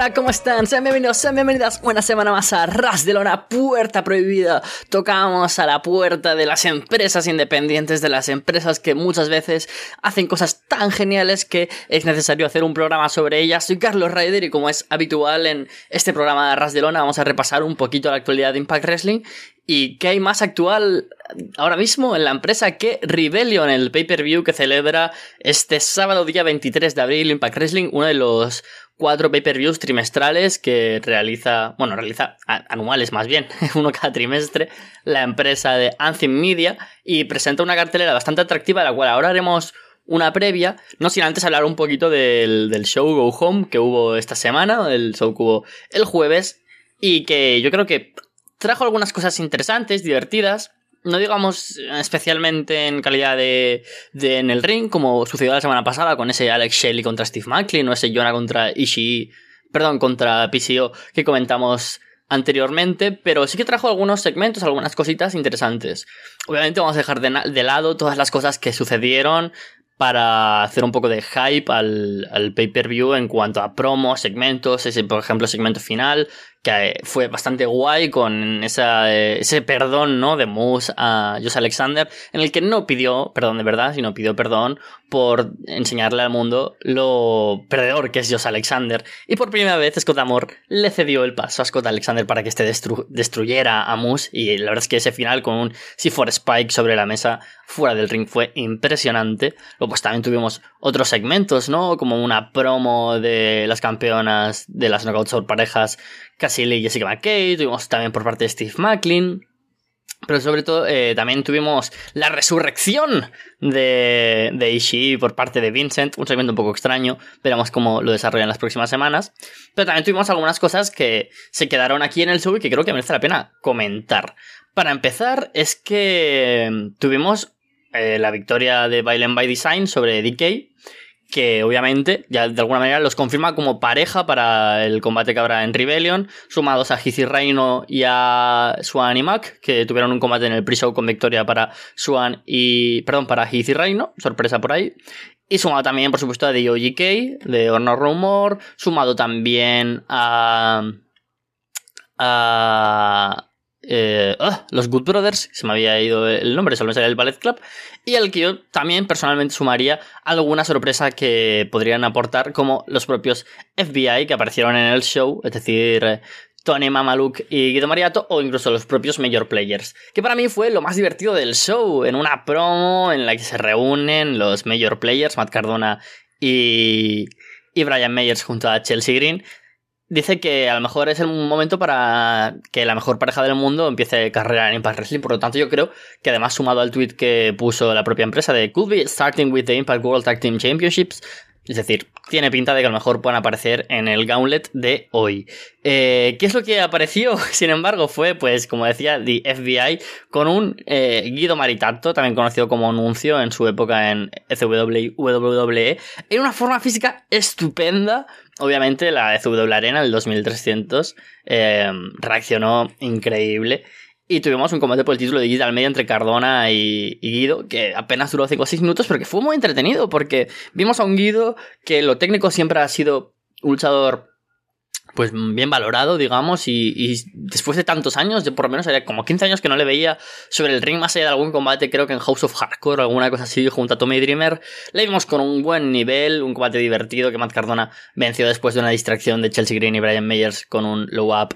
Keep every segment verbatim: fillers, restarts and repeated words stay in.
Hola, ¿cómo están? Sean bienvenidos, sean bienvenidas una semana más a Ras de Lona, Puerta Prohibida. Tocamos a la puerta de las empresas independientes, de las empresas que muchas veces hacen cosas tan geniales que es necesario hacer un programa sobre ellas. Soy Carlos Raider y como es habitual en este programa de Ras de Lona vamos a repasar un poquito la actualidad de Impact Wrestling. ¿Y qué hay más actual ahora mismo en la empresa que Rebellion, el pay-per-view que celebra este sábado día veintitrés de abril Impact Wrestling, uno de los cuatro pay-per-views trimestrales que realiza, bueno, realiza anuales más bien, uno cada trimestre, la empresa de Anthem Media, y presenta una cartelera bastante atractiva de la cual ahora haremos una previa, no sin antes hablar un poquito del, del show Go Home que hubo esta semana, el show que hubo el jueves, y que yo creo que trajo algunas cosas interesantes, divertidas, no digamos especialmente en calidad de, de en el ring, como sucedió la semana pasada con ese Alex Shelley contra Steve Macklin o ese Jonah contra Ishii, perdón, contra P C O que comentamos anteriormente, pero sí que trajo algunos segmentos, algunas cositas interesantes. Obviamente vamos a dejar de, de lado todas las cosas que sucedieron para hacer un poco de hype al, al pay-per-view en cuanto a promos, segmentos, ese por ejemplo segmento final que fue bastante guay con esa, ese perdón, ¿no?, de Moose a Josh Alexander, en el que no pidió perdón de verdad, sino pidió perdón por enseñarle al mundo lo perdedor que es Josh Alexander, y por primera vez Scott D'Amore le cedió el paso a Scott Alexander para que este destru- destruyera a Moose, y la verdad es que ese final con un C cuatro Spike sobre la mesa fuera del ring fue impresionante. Luego pues también tuvimos otros segmentos, ¿no?, como una promo de las campeonas de las Knockouts por parejas Cassie Lee y Jessica McKay, tuvimos también por parte de Steve Macklin, pero sobre todo eh, también tuvimos la resurrección de, de Ishii por parte de Vincent, un segmento un poco extraño, veremos cómo lo desarrollan en las próximas semanas, pero también tuvimos algunas cosas que se quedaron aquí en el show y que creo que merece la pena comentar. Para empezar es que tuvimos eh, la victoria de Violent by Design sobre D K, que obviamente ya de alguna manera los confirma como pareja para el combate que habrá en Rebellion, sumados a Heath y Rhino y a Swan y Mac, que tuvieron un combate en el pre-show con victoria para Swan y... perdón, para Heath y Rhino, sorpresa por ahí. Y sumado también, por supuesto, a The O G K, de Honor Rumor, sumado también a... a... Eh, oh, los Good Brothers, se me había ido el nombre, solo me salía el Ballet Club, y al que yo también personalmente sumaría alguna sorpresa que podrían aportar, como los propios F B I que aparecieron en el show, es decir, eh, Tony Mamaluke y Guido Mariato, o incluso los propios Major Players, que para mí fue lo más divertido del show, en una promo en la que se reúnen los Major Players, Matt Cardona y, y Brian Myers junto a Chelsea Green. Dice que a lo mejor es el momento para que la mejor pareja del mundo empiece carrera en Impact Wrestling. Por lo tanto, yo creo que además, sumado al tweet que puso la propia empresa de "Could be starting with the Impact World Tag Team Championships", es decir, tiene pinta de que a lo mejor puedan aparecer en el Gauntlet de hoy. Eh, ¿Qué es lo que apareció? Sin embargo, fue, pues, como decía, The F B I con un eh, Guido Maritato, también conocido como Nuncio en su época en C W y W W E, en una forma física estupenda. Obviamente la C W Arena, el dos mil trescientos, eh, reaccionó increíble. Y tuvimos un combate por el título de Guido al medio entre Cardona y, y Guido, que apenas duró cinco o seis minutos, pero que fue muy entretenido, porque vimos a un Guido que lo técnico siempre ha sido un luchador pues bien valorado, digamos, y, y después de tantos años, de por lo menos era como quince años que no le veía sobre el ring, más allá de algún combate, creo que en House of Hardcore o alguna cosa así, junto a Tommy Dreamer, le vimos con un buen nivel, un combate divertido que Matt Cardona venció después de una distracción de Chelsea Green y Brian Myers con un low up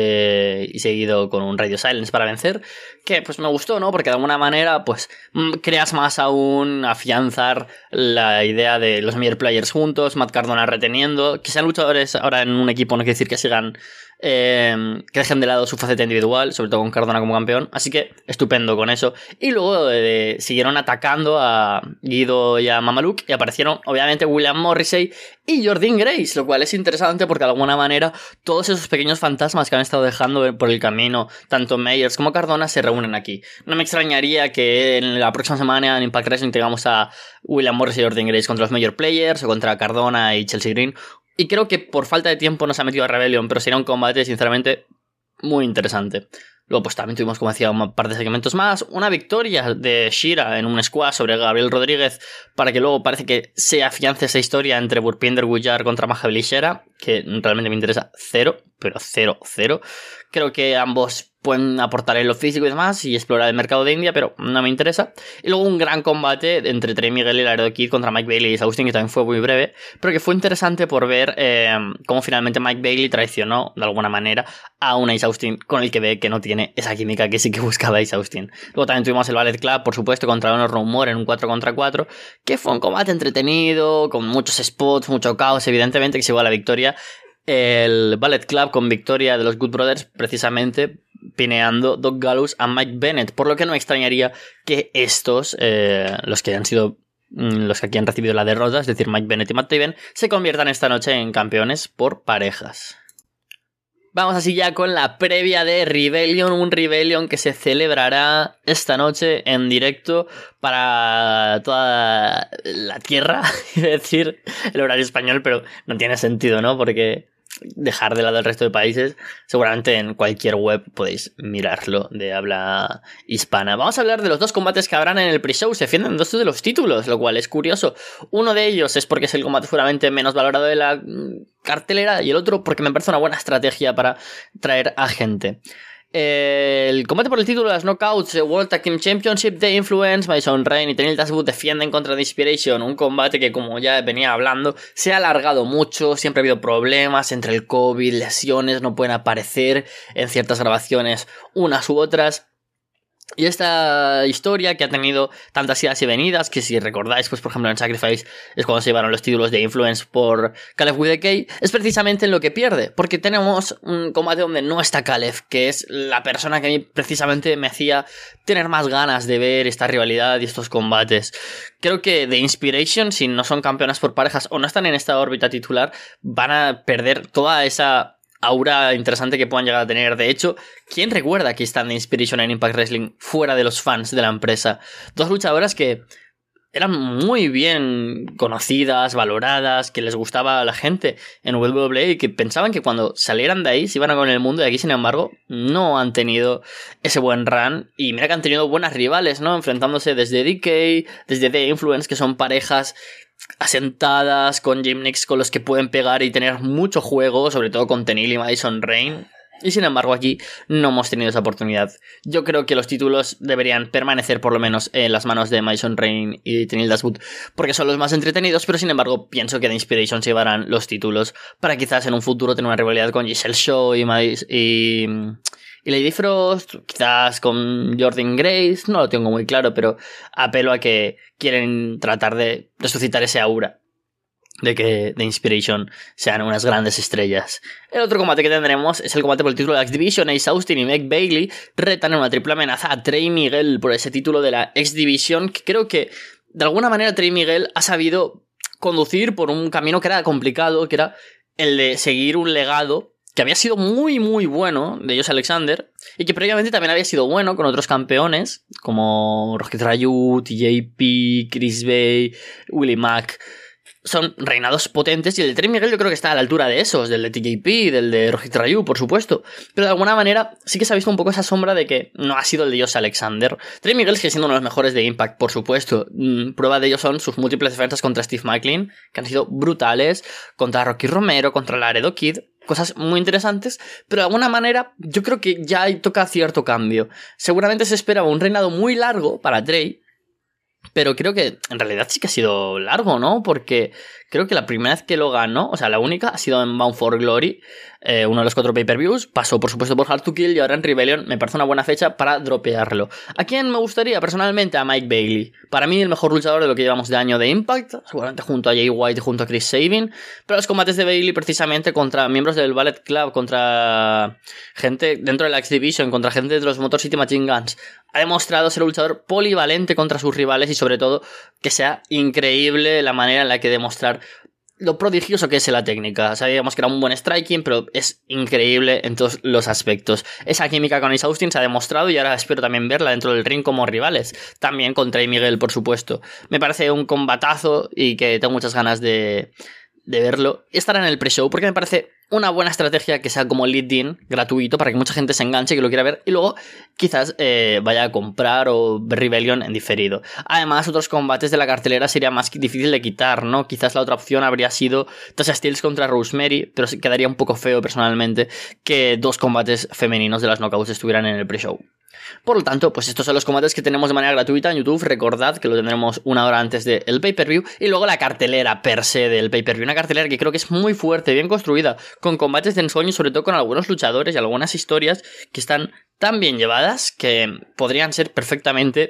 eh, y seguido con un Radio Silence para vencer, que pues me gustó, ¿no? Porque de alguna manera pues creas más aún, afianzar la idea de los Major Players juntos, Matt Cardona reteniendo, que sean luchadores ahora en un equipo no quiere decir que sigan eh, que dejen de lado su faceta individual, sobre todo con Cardona como campeón, así que estupendo con eso. Y luego eh, siguieron atacando a Guido y a Mamaluke y aparecieron obviamente William Morrissey y Jordynne Grace, lo cual es interesante porque de alguna manera todos esos pequeños fantasmas que han estado dejando por el camino tanto Myers como Cardona se reúnen aquí. No me extrañaría que en la próxima semana en Impact Wrestling tengamos a William Morrissey y Jordynne Grace contra los Major Players o contra Cardona y Chelsea Green. Y creo que por falta de tiempo no se ha metido a Rebellion, pero sería un combate, sinceramente, muy interesante. Luego, pues también tuvimos, como decía, un par de segmentos más. Una victoria de Shira en un squash sobre Gabriel Rodríguez, para que luego parece que se afiance esa historia entre Burpinder Gujar contra Mahabali Shera, que realmente me interesa cero, pero cero, cero. Creo que ambos pueden aportar en lo físico y demás y explorar el mercado de India, pero no me interesa. Y luego un gran combate entre Trey Miguel y Laredo Kid contra Mike Bailey y Ace Austin, que también fue muy breve, pero que fue interesante por ver eh, cómo finalmente Mike Bailey traicionó de alguna manera a un Ace Austin con el que ve que no tiene esa química que sí que buscaba Ace Austin. Luego también tuvimos el Ballet Club, por supuesto, contra Honor No More en un cuatro contra cuatro, que fue un combate entretenido, con muchos spots, mucho caos, evidentemente, que se llevó a la victoria el Ballet Club con victoria de los Good Brothers, precisamente pineando Doc Gallows a Mike Bennett, por lo que no me extrañaría que estos, eh, los que han sido los que aquí han recibido la derrota, es decir, Mike Bennett y Matt Taven, se conviertan esta noche en campeones por parejas. Vamos así ya con la previa de Rebellion, un Rebellion que se celebrará esta noche en directo para toda la tierra, es decir, el horario español, pero no tiene sentido, ¿no? Porque dejar de lado el resto de países, seguramente en cualquier web podéis mirarlo de habla hispana. Vamos a hablar de los dos combates que habrán en el pre-show. Se defienden dos de los títulos, lo cual es curioso. Uno de ellos es porque es el combate seguramente menos valorado de la cartelera y el otro porque me parece una buena estrategia para traer a gente. El combate por el título de las Knockouts World Tag Team Championship, The Influence, Madison Rayne y Tenille Dashwood defienden contra The Inspiration, un combate que, como ya venía hablando, se ha alargado mucho, siempre ha habido problemas entre el COVID, lesiones, no pueden aparecer en ciertas grabaciones unas u otras. Y esta historia que ha tenido tantas idas y venidas, que si recordáis, pues por ejemplo en Sacrifice es cuando se llevaron los títulos de Influence por Caleb With A K, es precisamente en lo que pierde, porque tenemos un combate donde no está Caleb, que es la persona que a mí precisamente me hacía tener más ganas de ver esta rivalidad y estos combates. Creo que The Inspiration, si no son campeonas por parejas o no están en esta órbita titular, van a perder toda esa aura interesante que puedan llegar a tener. De hecho, ¿quién recuerda que están de Inspiration en Impact Wrestling fuera de los fans de la empresa? Dos luchadoras que eran muy bien conocidas, valoradas, que les gustaba a la gente en W W E y que pensaban que cuando salieran de ahí se iban a con el mundo, y aquí sin embargo no han tenido ese buen run. Y mira que han tenido buenas rivales, ¿no? Enfrentándose desde D K, desde The Influence, que son parejas asentadas, con gimnicks con los que pueden pegar y tener mucho juego, sobre todo con Tenille y Madison Rayne. Y sin embargo aquí no hemos tenido esa oportunidad. Yo creo que los títulos deberían permanecer por lo menos en las manos de Madison Rayne y Tenille Dashwood, porque son los más entretenidos, pero sin embargo pienso que The Inspiration se llevarán los títulos para quizás en un futuro tener una rivalidad con Giselle Shaw y, Madis- y, y Lady Frost, quizás con Jordan Grace, no lo tengo muy claro, pero apelo a que quieren tratar de resucitar ese aura de que The Inspiration sean unas grandes estrellas. El otro combate que tendremos es el combate por el título de la X Division. Ace Austin y Mike Bailey retan en una triple amenaza a Trey Miguel por ese título de la X Division, que creo que de alguna manera Trey Miguel ha sabido conducir por un camino que era complicado, que era el de seguir un legado que había sido muy muy bueno de Josh Alexander y que previamente también había sido bueno con otros campeones como Rohit Raju, T J P, Chris Bay, Willie Mack. Son reinados potentes y el de Trey Miguel yo creo que está a la altura de esos, del de T J P, del de Rohit Raju, por supuesto. Pero de alguna manera sí que se ha visto un poco esa sombra de que no ha sido el de Josh Alexander. Trey Miguel sigue siendo uno de los mejores de Impact, por supuesto. Mm, prueba de ello son sus múltiples defensas contra Steve Macklin, que han sido brutales, contra Rocky Romero, contra Laredo Kid. Cosas muy interesantes, pero de alguna manera yo creo que ya toca cierto cambio. Seguramente se esperaba un reinado muy largo para Trey, pero creo que en realidad sí que ha sido largo, ¿no? Porque creo que la primera vez que lo ganó, o sea, la única, ha sido en Bound for Glory, eh, uno de los cuatro pay-per-views. Pasó, por supuesto, por Hard to Kill y ahora en Rebellion me parece una buena fecha para dropearlo. ¿A quién me gustaría? Personalmente, a Mike Bailey. Para mí, el mejor luchador de lo que llevamos de año de Impact, seguramente junto a Jay White y junto a Chris Sabin. Pero los combates de Bailey, precisamente contra miembros del Ballet Club, contra gente dentro de la X Division, contra gente de los Motor City Machine Guns, ha demostrado ser un luchador polivalente contra sus rivales y sobre todo que sea increíble la manera en la que demostrar lo prodigioso que es en la técnica. Sabíamos que era un buen striking, pero es increíble en todos los aspectos. Esa química con Ace Austin se ha demostrado y ahora espero también verla dentro del ring como rivales. También con Trey Miguel, por supuesto. Me parece un combatazo y que tengo muchas ganas de, de verlo. Estará en el pre-show porque me parece una buena estrategia que sea como lead-in gratuito para que mucha gente se enganche, que lo quiera ver y luego quizás eh, vaya a comprar o ver Rebellion en diferido. Además, otros combates de la cartelera sería más difícil de quitar, ¿no? Quizás la otra opción habría sido Tasha Steelz contra Rosemary, pero quedaría un poco feo personalmente que dos combates femeninos de las Knockouts estuvieran en el pre-show. Por lo tanto, pues estos son los combates que tenemos de manera gratuita en YouTube. Recordad que lo tendremos una hora antes del pay-per-view. Y luego la cartelera per se del pay-per-view. Una cartelera que creo que es muy fuerte, bien construida, con combates de ensueño, sobre todo con algunos luchadores y algunas historias que están tan bien llevadas que podrían ser perfectamente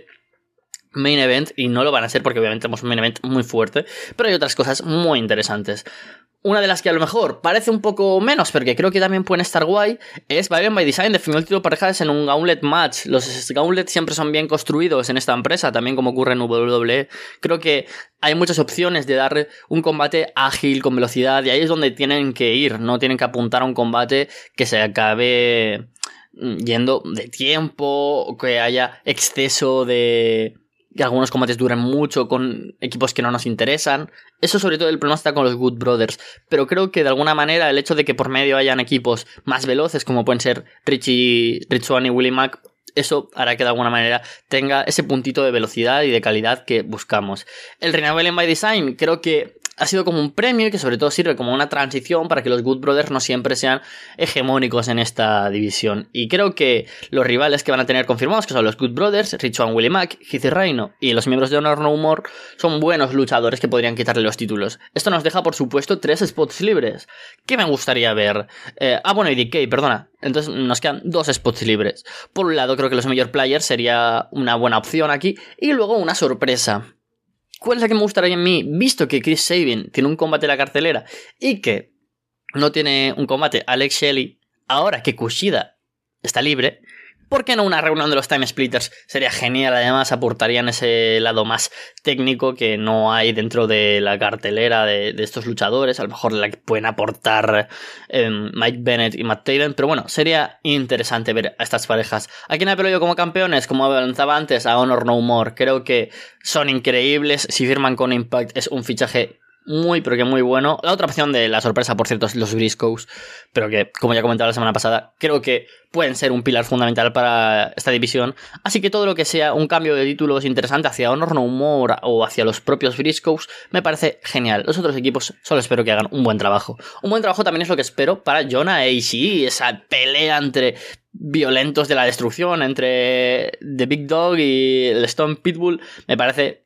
main event, y no lo van a ser porque obviamente tenemos un main event muy fuerte, pero hay otras cosas muy interesantes. Una de las que a lo mejor parece un poco menos, pero que creo que también pueden estar guay, es Violent by Design definió el título parejas en un gauntlet match. Los gauntlets siempre son bien construidos en esta empresa, también como ocurre en W W E. Creo que hay muchas opciones de dar un combate ágil, con velocidad, y ahí es donde tienen que ir. No tienen que apuntar a un combate que se acabe yendo de tiempo, o que haya exceso de... que algunos combates duran mucho con equipos que no nos interesan. Eso sobre todo el problema está con los Good Brothers, pero creo que de alguna manera el hecho de que por medio hayan equipos más veloces como pueden ser Richie, Rich Swann y Willie Mack, eso hará que de alguna manera tenga ese puntito de velocidad y de calidad que buscamos. El Renewal by Design creo que ha sido como un premio y que sobre todo sirve como una transición para que los Good Brothers no siempre sean hegemónicos en esta división. Y creo que los rivales que van a tener confirmados, que son los Good Brothers, Rich Swann, Willie Mack, Heath y Rhino, y los miembros de Honor No More, son buenos luchadores que podrían quitarle los títulos. Esto nos deja, por supuesto, tres spots libres. ¿Qué me gustaría ver? Eh, ah, bueno, y D K, perdona. Entonces nos quedan dos spots libres. Por un lado, creo que los Major Players sería una buena opción aquí, y luego una sorpresa. ¿Cuál es la que me gustaría en mí? Visto que Chris Sabin tiene un combate en la cartelera y que no tiene un combate Alex Shelley, ahora que Kushida está libre, ¿por qué no una reunión de los Time Splitters? Sería genial, además aportarían ese lado más técnico que no hay dentro de la cartelera de, de estos luchadores. A lo mejor la que pueden aportar eh, Mike Bennett y Matt Taven, pero bueno, sería interesante ver a estas parejas. ¿A quién apelo yo como campeones? Como avanzaba antes, a Honor No More. Creo que son increíbles. Si firman con Impact es un fichaje muy, pero que muy bueno. La otra opción de la sorpresa, por cierto, es los Briscoes, pero que, como ya comentaba la semana pasada, creo que pueden ser un pilar fundamental para esta división. Así que todo lo que sea un cambio de títulos interesante hacia Honor No More o hacia los propios Briscoes me parece genial. Los otros equipos solo espero que hagan un buen trabajo. Un buen trabajo también es lo que espero para Jonah e Ishii, esa pelea entre violentos de la destrucción, entre The Big Dog y el Stone Pitbull. Me parece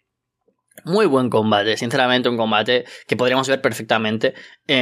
muy buen combate, sinceramente un combate que podríamos ver perfectamente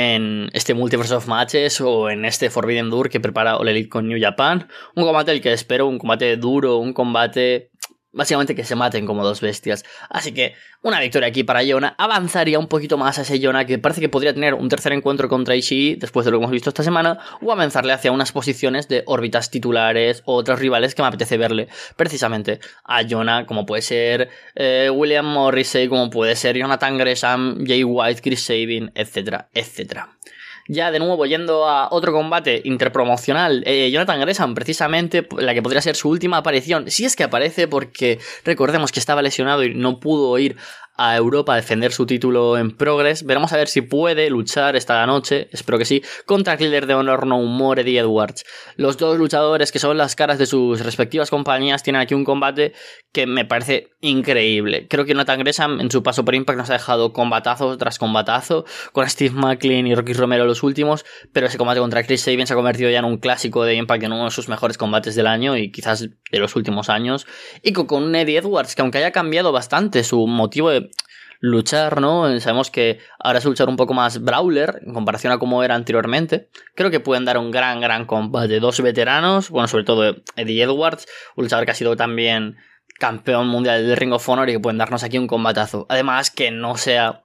en este Multiverse of Matches o en este Forbidden Door que prepara All Elite con New Japan. Un combate el que espero, un combate duro, un combate básicamente que se maten como dos bestias. Así que una victoria aquí para Jonah. Avanzaría un poquito más a ese Jonah que parece que podría tener un tercer encuentro contra Ishii después de lo que hemos visto esta semana, o avanzarle hacia unas posiciones de órbitas titulares o otros rivales que me apetece verle precisamente a Jonah, como puede ser eh, William Morrissey, como puede ser Jonathan Gresham, Jay White, Chris Sabin, etcétera, etcétera. Ya de nuevo yendo a otro combate interpromocional, eh, Jonathan Gresham, precisamente la que podría ser su última aparición, si es que aparece, porque recordemos que estaba lesionado y no pudo ir a Europa a defender su título en Progress. Veremos a ver si puede luchar esta noche, espero que sí, contra el líder de Honor No More, Eddie Edwards. Los dos luchadores que son las caras de sus respectivas compañías tienen aquí un combate que me parece increíble. Creo que Jonathan Gresham en su paso por Impact nos ha dejado combatazo tras combatazo, con Steve Macklin y Rocky Romero los últimos, pero ese combate contra Chris Sabin se ha convertido ya en un clásico de Impact, en uno de sus mejores combates del año y quizás de los últimos años, y con un Eddie Edwards que aunque haya cambiado bastante su motivo de luchar, ¿no? Sabemos que ahora es luchar un poco más brawler en comparación a cómo era anteriormente. Creo que pueden dar un gran, gran combate. Dos veteranos, bueno, sobre todo Eddie Edwards, un luchador que ha sido también campeón mundial de Ring of Honor y que pueden darnos aquí un combatazo. Además, que no sea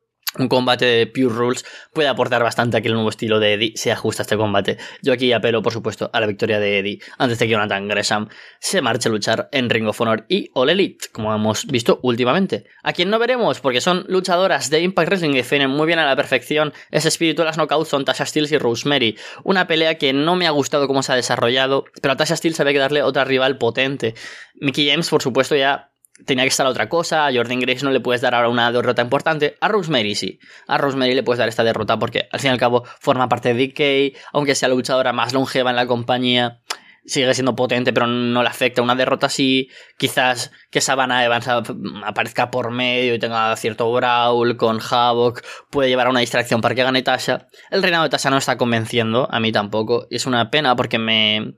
un combate de Pure Rules puede aportar bastante a que el nuevo estilo de Eddie se ajuste a este combate. Yo aquí apelo, por supuesto, a la victoria de Eddie antes de que Jonathan Gresham se marche a luchar en Ring of Honor y All Elite, como hemos visto últimamente. A quien no veremos, porque son luchadoras de Impact Wrestling que definen muy bien a la perfección ese espíritu de las knockouts, son Tasha Steelz y Rosemary. Una pelea que no me ha gustado cómo se ha desarrollado, pero a Tasha Steelz había que darle otra rival potente. Mickie James, por supuesto, ya tenía que estar a otra cosa. A Jordynne Grace no le puedes dar ahora una derrota importante. A Rosemary sí. A Rosemary le puedes dar esta derrota porque al fin y al cabo forma parte de D K, aunque sea la luchadora más longeva en la compañía. Sigue siendo potente, pero no le afecta una derrota así. Quizás que Savannah Evans aparezca por medio y tenga cierto brawl con Havoc. Puede llevar a una distracción para que gane Tasha. El reinado de Tasha no está convenciendo, a mí tampoco. Y es una pena porque me...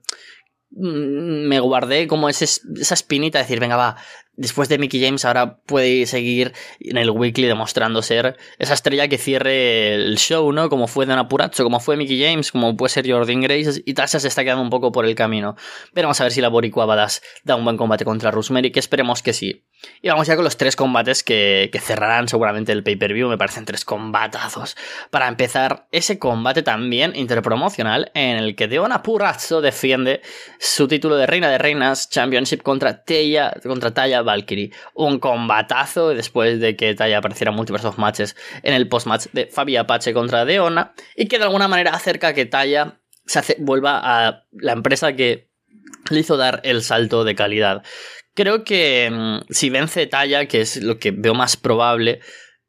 me guardé como ese, esa espinita de decir, venga va, después de Mickie James ahora puede seguir en el Weekly demostrando ser esa estrella que cierre el show, ¿no? Como fue Deonna Purrazzo, como fue Mickie James, como puede ser Jordynne Grace, y Tasha se está quedando un poco por el camino. Pero vamos a ver si la Boricua Badass da un buen combate contra Rosemary, que esperemos que sí. Y vamos ya con los tres combates que, que cerrarán seguramente el pay-per-view. Me parecen tres combatazos. Para empezar, ese combate también interpromocional en el que Deonna Purrazzo defiende su título de Reina de Reinas Championship contra Taya, contra Taya Valkyrie. Un combatazo después de que Taya apareciera en múltiples of matches en el post-match de Fabi Apache contra Deonna, y que de alguna manera acerca que Taya se hace, vuelva a la empresa que le hizo dar el salto de calidad. Creo que mmm, si vence Taya, que es lo que veo más probable,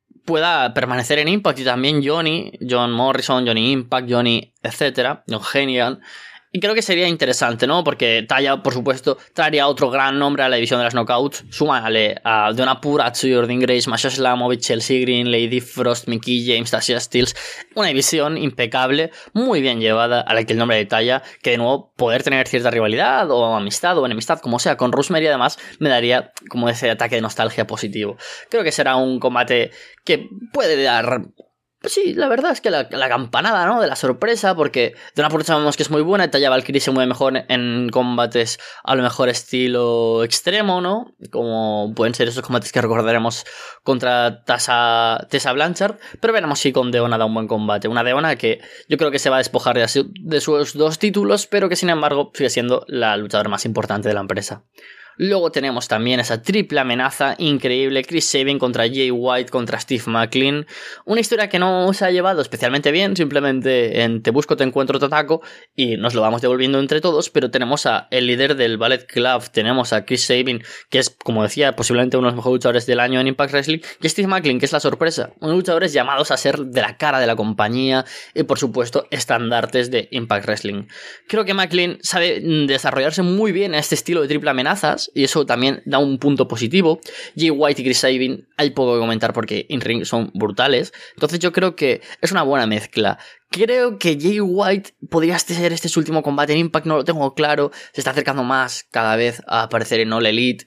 pueda permanecer en Impact, y también Johnny, John Morrison, Johnny Impact, Johnny, etcétera, John Henigan. Y creo que sería interesante, ¿no? Porque Taya, por supuesto, traería otro gran nombre a la división de las Knockouts. Súmale a Deonna Purrazzo, Jordynne Grace, Masha Slamovich, Chelsea Green, Lady Frost, Mickie James, Tasha Steelz. Una división impecable, muy bien llevada, a la que el nombre de Taya, que de nuevo poder tener cierta rivalidad o amistad o enemistad, como sea, con Rosemary además, me daría como ese ataque de nostalgia positivo. Creo que será un combate que puede dar... Pues sí, la verdad es que la, la campanada, ¿no? De la sorpresa, porque de una parte sabemos que es muy buena, y Taya Valkyrie se mueve mejor en combates a lo mejor estilo extremo, ¿no? Como pueden ser esos combates que recordaremos contra Tessa, Tessa Blanchard, pero veremos si con Deonna da un buen combate. Una Deonna que yo creo que se va a despojar de, su, de sus dos títulos, pero que sin embargo sigue siendo la luchadora más importante de la empresa. Luego tenemos también esa triple amenaza increíble, Chris Sabin contra Jay White contra Steve Macklin. Una historia que no se ha llevado especialmente bien, simplemente en te busco, te encuentro, te ataco, y nos lo vamos devolviendo entre todos, pero tenemos a el líder del Ballet Club, tenemos a Chris Sabin, que es, como decía, posiblemente uno de los mejores luchadores del año en Impact Wrestling, y Steve Macklin, que es la sorpresa, unos luchadores llamados a ser de la cara de la compañía, y por supuesto, estandartes de Impact Wrestling. Creo que Macklin sabe desarrollarse muy bien a este estilo de triple amenazas, y eso también da un punto positivo. Jay White y Chris Sabin hay poco que comentar porque in-ring son brutales, entonces yo creo que es una buena mezcla. Creo que Jay White podría ser este su último combate en Impact, no lo tengo claro, se está acercando más cada vez a aparecer en All Elite,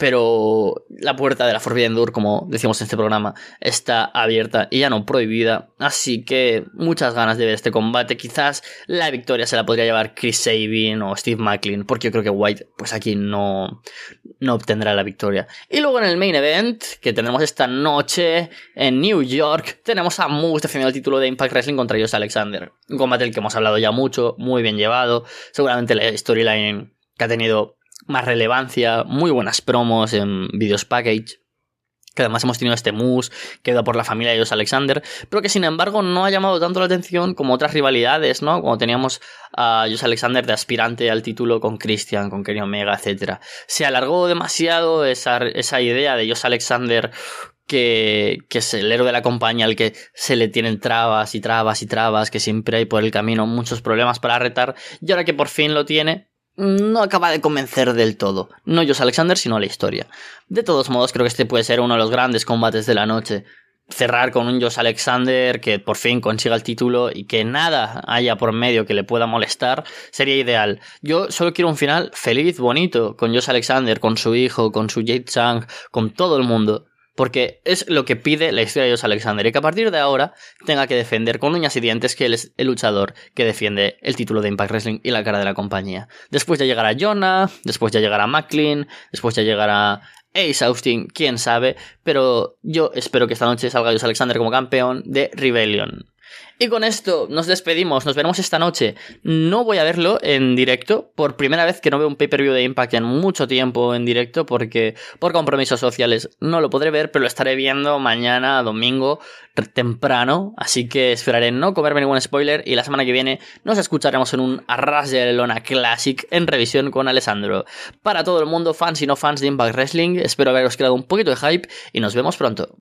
pero la puerta de la Forbidden Door, como decimos en este programa, está abierta y ya no prohibida, así que muchas ganas de ver este combate. Quizás la victoria se la podría llevar Chris Sabin o Steve Macklin, porque yo creo que White pues aquí no, no obtendrá la victoria. Y luego en el main event, que tendremos esta noche en New York, tenemos a Moose defendiendo el título de Impact Wrestling contra Josh Alexander, un combate del que hemos hablado ya mucho, muy bien llevado, seguramente la storyline que ha tenido más relevancia, muy buenas promos en videos package, que además hemos tenido este Moose que da por la familia de Josh Alexander, pero que sin embargo no ha llamado tanto la atención como otras rivalidades, ¿no? Como teníamos a Josh Alexander de aspirante al título con Christian, con Kenny Omega, etcétera. Se alargó demasiado esa, esa idea de Josh Alexander que, que es el héroe de la compañía al que se le tienen trabas y trabas y trabas, que siempre hay por el camino muchos problemas para retar, y ahora que por fin lo tiene, no acaba de convencer del todo. No Josh Alexander, sino la historia. De todos modos, creo que este puede ser uno de los grandes combates de la noche. Cerrar con un Josh Alexander que por fin consiga el título y que nada haya por medio que le pueda molestar, sería ideal. Yo solo quiero un final feliz, bonito, con Josh Alexander, con su hijo, con su Jade Chang, con todo el mundo. Porque es lo que pide la historia de Josh Alexander, y que a partir de ahora tenga que defender con uñas y dientes que él es el luchador que defiende el título de Impact Wrestling y la cara de la compañía. Después ya llegará Jonah, después ya llegará Macklin, después ya llegará Ace Austin, quién sabe, pero yo espero que esta noche salga Josh Alexander como campeón de Rebellion. Y con esto nos despedimos, nos veremos esta noche. No voy a verlo en directo, por primera vez que no veo un pay-per-view de Impact en mucho tiempo en directo, porque por compromisos sociales no lo podré ver, pero lo estaré viendo mañana, domingo, temprano, así que esperaré no comerme ningún spoiler y la semana que viene nos escucharemos en un Arras de Lona Classic en revisión con Alessandro. Para todo el mundo, fans y no fans de Impact Wrestling, espero haberos creado un poquito de hype y nos vemos pronto.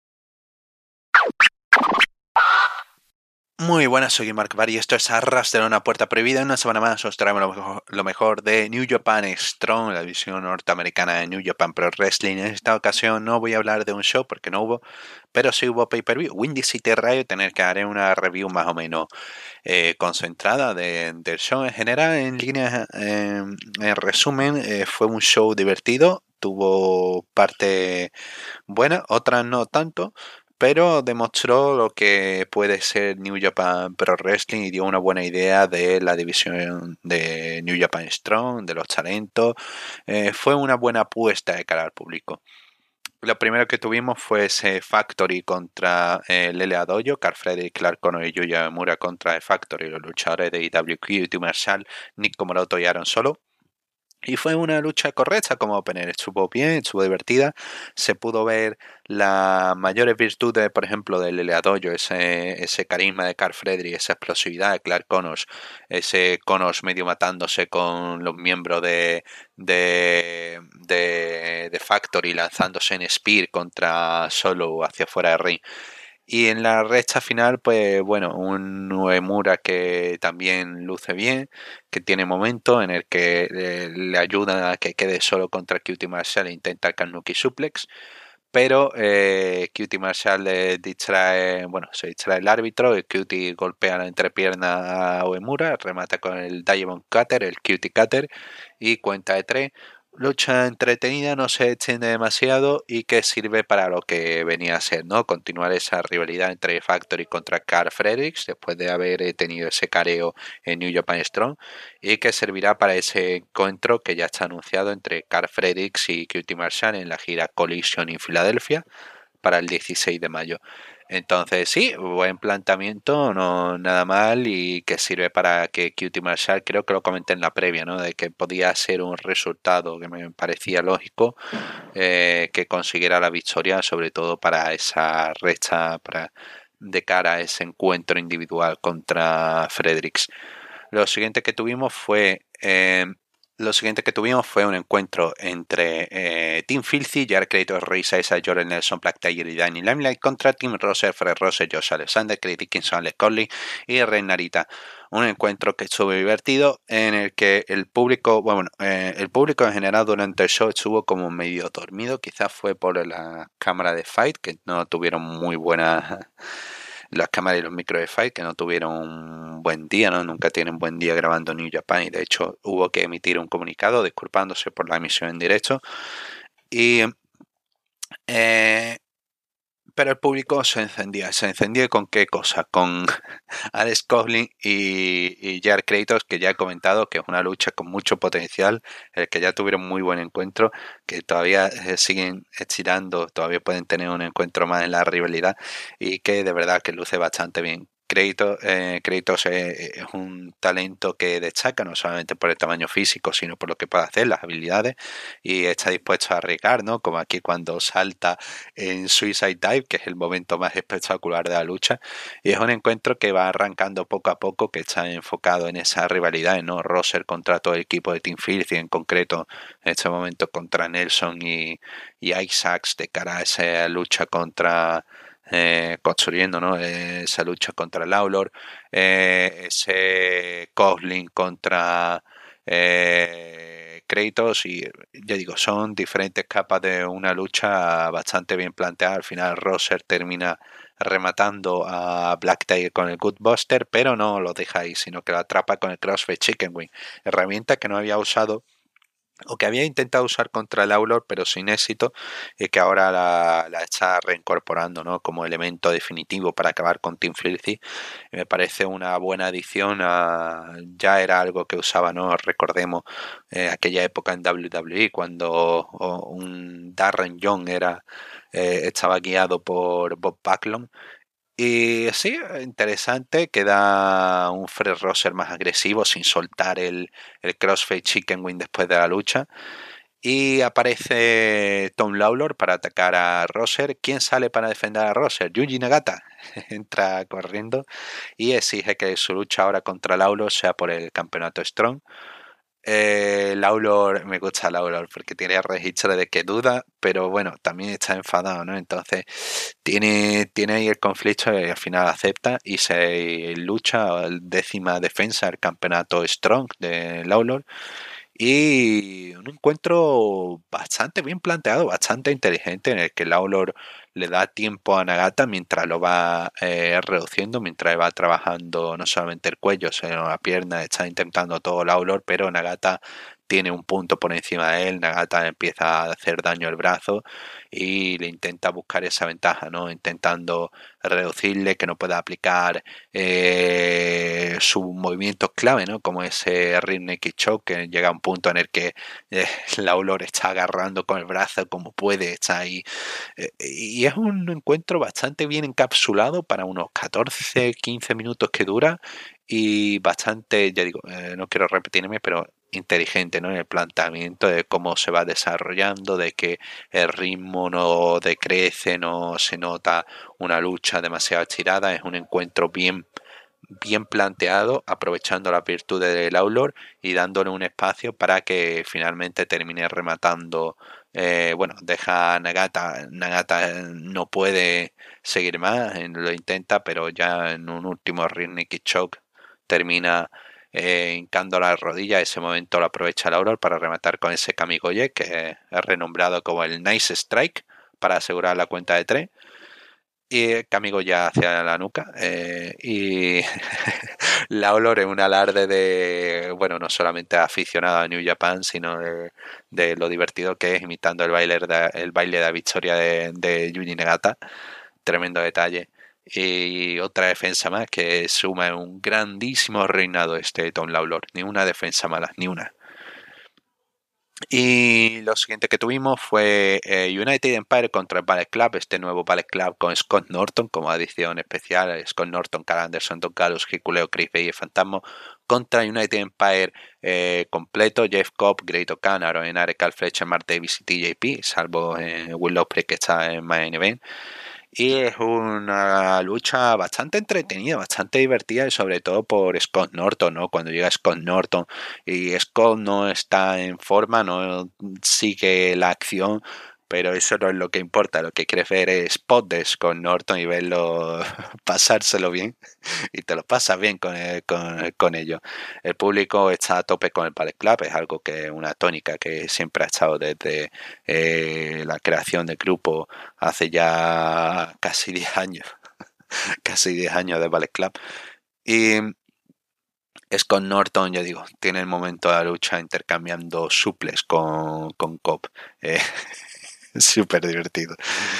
Muy buenas, soy Mark Barry y esto es Arras de Lona Puerta Prohibida. Una semana más os traemos lo mejor, lo mejor de New Japan Strong, la división norteamericana de New Japan Pro Wrestling. En esta ocasión no voy a hablar de un show porque no hubo, pero sí hubo pay-per-view. Windy City Radio, tener que haré una review más o menos eh, concentrada de, del show en general. En línea, eh, en resumen, eh, fue un show divertido, tuvo parte buena, otras no tanto, pero demostró lo que puede ser New Japan Pro Wrestling y dio una buena idea de la división de New Japan Strong, de los talentos. Eh, fue una buena apuesta de cara al público. Lo primero que tuvimos fue ese Factory contra eh, L L A Dojo, Carl Frederick, Clark Connor y Yuya Uemura contra el Factory, los luchadores de I W Q, Q T Marshall, Nick Komoroto y Aaron Solo. Y fue una lucha correcta como opener, estuvo bien, estuvo divertida, se pudo ver las mayores virtudes, por ejemplo, del L L A Dojo, ese, ese carisma de Carl Frederick, esa explosividad de Clark Connors, ese Connors medio matándose con los miembros de, de, de, de Factory, lanzándose en Spear contra Solo hacia fuera del ring. Y en la recta final, pues bueno, un Uemura que también luce bien, que tiene momentos en el que eh, le ayuda a que quede solo contra Q T Marshall e intenta el Kanuki Suplex, pero eh, Q T Marshall le distrae, bueno, se distrae el árbitro, el Q T golpea la entrepierna a Uemura, remata con el Diamond Cutter, el Q T Cutter y cuenta de tres. Lucha entretenida, no se extiende demasiado y que sirve para lo que venía a ser, ¿no? Continuar esa rivalidad entre Factory contra Carl Fredericks después de haber tenido ese careo en New Japan Strong y que servirá para ese encuentro que ya está anunciado entre Carl Fredericks y Q T Marshall en la gira Collision en Filadelfia para el dieciséis de mayo. Entonces sí, buen planteamiento, no nada mal y que sirve para que Q T Marshall, creo que lo comenté en la previa, ¿no? De que podía ser un resultado que me parecía lógico eh, que consiguiera la victoria, sobre todo para esa recta, para de cara a ese encuentro individual contra Fredericks. Lo siguiente que tuvimos fue eh, Lo siguiente que tuvimos fue un encuentro entre eh, Team Filthy, Jared Kratos, Risa, Isa, Jordan Nelson, Black Tiger y Danny Limelight contra Team Roser, Fred Rose, Josh Alexander, Craig Dickinson, Alex Conley y Rey Narita. Un encuentro que estuvo divertido en el que el público, bueno, eh, el público en general durante el show estuvo como medio dormido, quizás fue por la cámara de Fight que no tuvieron muy buena las cámaras y los micros de Fight que no tuvieron un buen día, ¿no? Nunca tienen buen día grabando New Japan y de hecho hubo que emitir un comunicado disculpándose por la emisión en directo y eh, pero el público se encendía, se encendía con qué cosa, con Alex Coughlin y, y Jared Kratos, que ya he comentado que es una lucha con mucho potencial, el que ya tuvieron muy buen encuentro, que todavía eh, siguen estirando, todavía pueden tener un encuentro más en la rivalidad y que de verdad que luce bastante bien. Kratos, eh, Kratos es, es un talento que destaca no solamente por el tamaño físico, sino por lo que puede hacer, las habilidades, y está dispuesto a arriesgar, ¿no? Como aquí cuando salta en Suicide Dive, que es el momento más espectacular de la lucha, y es un encuentro que va arrancando poco a poco, que está enfocado en esa rivalidad, ¿no? Roser contra todo el equipo de Team Filthy, en concreto en este momento contra Nelson y, y Isaacs, de cara a esa lucha contra Eh, construyendo, ¿no? Eh, esa lucha contra Lawlor, eh, ese Coughlin contra eh, Kratos y ya digo, son diferentes capas de una lucha bastante bien planteada. Al final Roser termina rematando a Black Tiger con el Good Buster, pero no lo deja ahí, sino que lo atrapa con el Crossface Chicken Wing, herramienta que no había usado o que había intentado usar contra el Aulor pero sin éxito y que ahora la, la está reincorporando, ¿no? Como elemento definitivo para acabar con Team Filthy. Me parece una buena adición a, ya era algo que usaba, ¿no? Recordemos eh, aquella época en W W E cuando un Darren Young era, eh, estaba guiado por Bob Backlund Y sí, interesante, queda un Fred Rosser más agresivo sin soltar el, el crossface chicken wing después de la lucha. Y aparece Tom Lawlor para atacar a Rosser. ¿Quién sale para defender a Rosser? Yuji Nagata. Entra corriendo y exige que su lucha ahora contra Lawlor sea por el campeonato Strong. Eh, Lawlor, me gusta Lawlor porque tiene registro de que duda, pero bueno, también está enfadado, ¿no? Entonces tiene, tiene ahí el conflicto y al final acepta y se lucha a décima defensa del campeonato Strong de Lawlor. Y un encuentro bastante bien planteado, bastante inteligente, en el que Lawlor le da tiempo a Nagata mientras lo va eh, reduciendo, mientras va trabajando no solamente el cuello, sino la pierna, está intentando todo Lawlor, pero Nagata tiene un punto por encima de él, Nagata empieza a hacer daño al brazo y le intenta buscar esa ventaja, ¿no? Intentando reducirle, que no pueda aplicar eh, sus movimientos clave, ¿no? Como ese Rear Naked Choke, que llega a un punto en el que eh, Lawlor está agarrando con el brazo como puede, está ahí. Eh, y es un encuentro bastante bien encapsulado para unos catorce quince minutos que dura y bastante, ya digo, eh, no quiero repetirme, pero inteligente, ¿no? En el planteamiento de cómo se va desarrollando, de que el ritmo no decrece, no se nota una lucha demasiado estirada, es un encuentro bien bien planteado, aprovechando las virtudes de Lawlor y dándole un espacio para que finalmente termine rematando. Eh, bueno, deja a Nagata, Nagata no puede seguir más, lo intenta, pero ya en un último Rear Naked Choke termina eh, hincando la rodilla. Ese momento lo aprovecha Lawlor para rematar con ese Kamigoye, que es renombrado como el Nice Strike, para asegurar la cuenta de tres. Y Kamigo ya hacia la nuca eh, y Lawlor es un alarde de, bueno, no solamente aficionado a New Japan, sino de, de lo divertido que es imitando el baile de, el baile de la victoria de, de Yuji Nagata. Tremendo detalle. Y otra defensa más que suma un grandísimo reinado este Tom Lawlor. Ni una defensa mala, ni una. Y lo siguiente que tuvimos fue eh, United Empire contra el Ballet Club, este nuevo Ballet Club con Scott Norton como adición especial, Scott Norton, Carl Anderson, Don Carlos, Hikuleo, Chris Bay y Fantasma, contra United Empire eh, completo, Jeff Cobb, Great O'Connor, Aaron Enare, Carl Fletcher, Mark Davis y T J P, salvo eh, Will Ospreay que está en Main Event. Y es una lucha bastante entretenida, bastante divertida y sobre todo por Scott Norton, ¿no? Cuando llega Scott Norton y Scott no está en forma, no sigue la acción, pero eso no es lo que importa, lo que quieres ver es spot de Scott Norton y verlo pasárselo bien y te lo pasas bien con, el, con, con ello. El público está a tope con el Ballet Club, es algo que es una tónica que siempre ha estado desde eh, la creación del grupo hace ya casi diez años, casi diez años de Ballet Club. Y Scott Norton, ya digo, tiene el momento de la lucha intercambiando suples con, con Cobb. Eh, Súper divertido.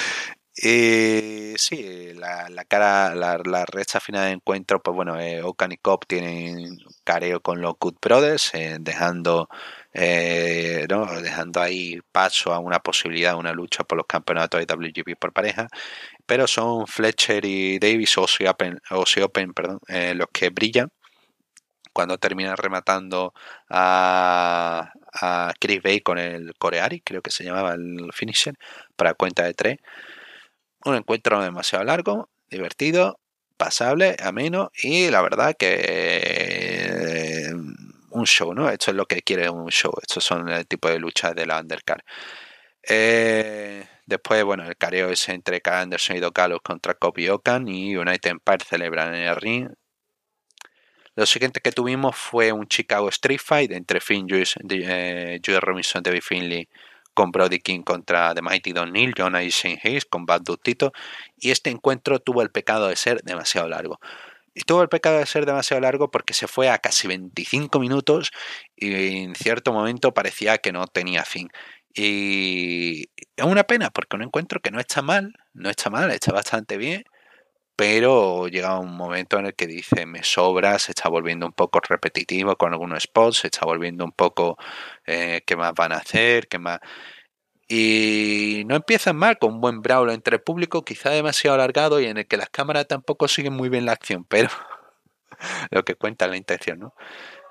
Y sí, la, la cara, la, la recta final de encuentro, pues bueno, eh, Okan y Cobb tienen careo con los Good Brothers, eh, dejando, eh, ¿no? dejando ahí paso a una posibilidad, una lucha por los campeonatos de W G P por pareja, pero son Fletcher y Davis, o Aussie Open, Aussie Open perdón, eh, los que brillan cuando terminan rematando a, a Chris Bay con el Coreari, creo que se llamaba el finisher, para cuenta de tres. Un encuentro demasiado largo, divertido, pasable, ameno y la verdad que eh, un show, ¿no? Esto es lo que quiere un show. Estos son el tipo de luchas de la undercard. Eh, después, bueno, el careo es entre Carl Anderson y Dokalos contra Cobb y Okan y United Empire celebran en el ring. Lo siguiente que tuvimos fue un Chicago Street Fight entre Finn Juice, eh, Juice Robinson, David Finlay con Brody King contra The Mighty Don Neal, Jonah y Shane Hayes con Bad Dude Tito, y este encuentro tuvo el pecado de ser demasiado largo. Y tuvo el pecado de ser demasiado largo porque se fue a casi veinticinco minutos y en cierto momento parecía que no tenía fin. Y es una pena porque un encuentro que no está mal, no está mal, está bastante bien, pero llega un momento en el que dice me sobra, se está volviendo un poco repetitivo con algunos spots, se está volviendo un poco eh, qué más van a hacer, qué más. Y no empiezan mal, con un buen brawl entre el público, quizá demasiado alargado y en el que las cámaras tampoco siguen muy bien la acción, pero lo que cuenta es la intención, ¿no?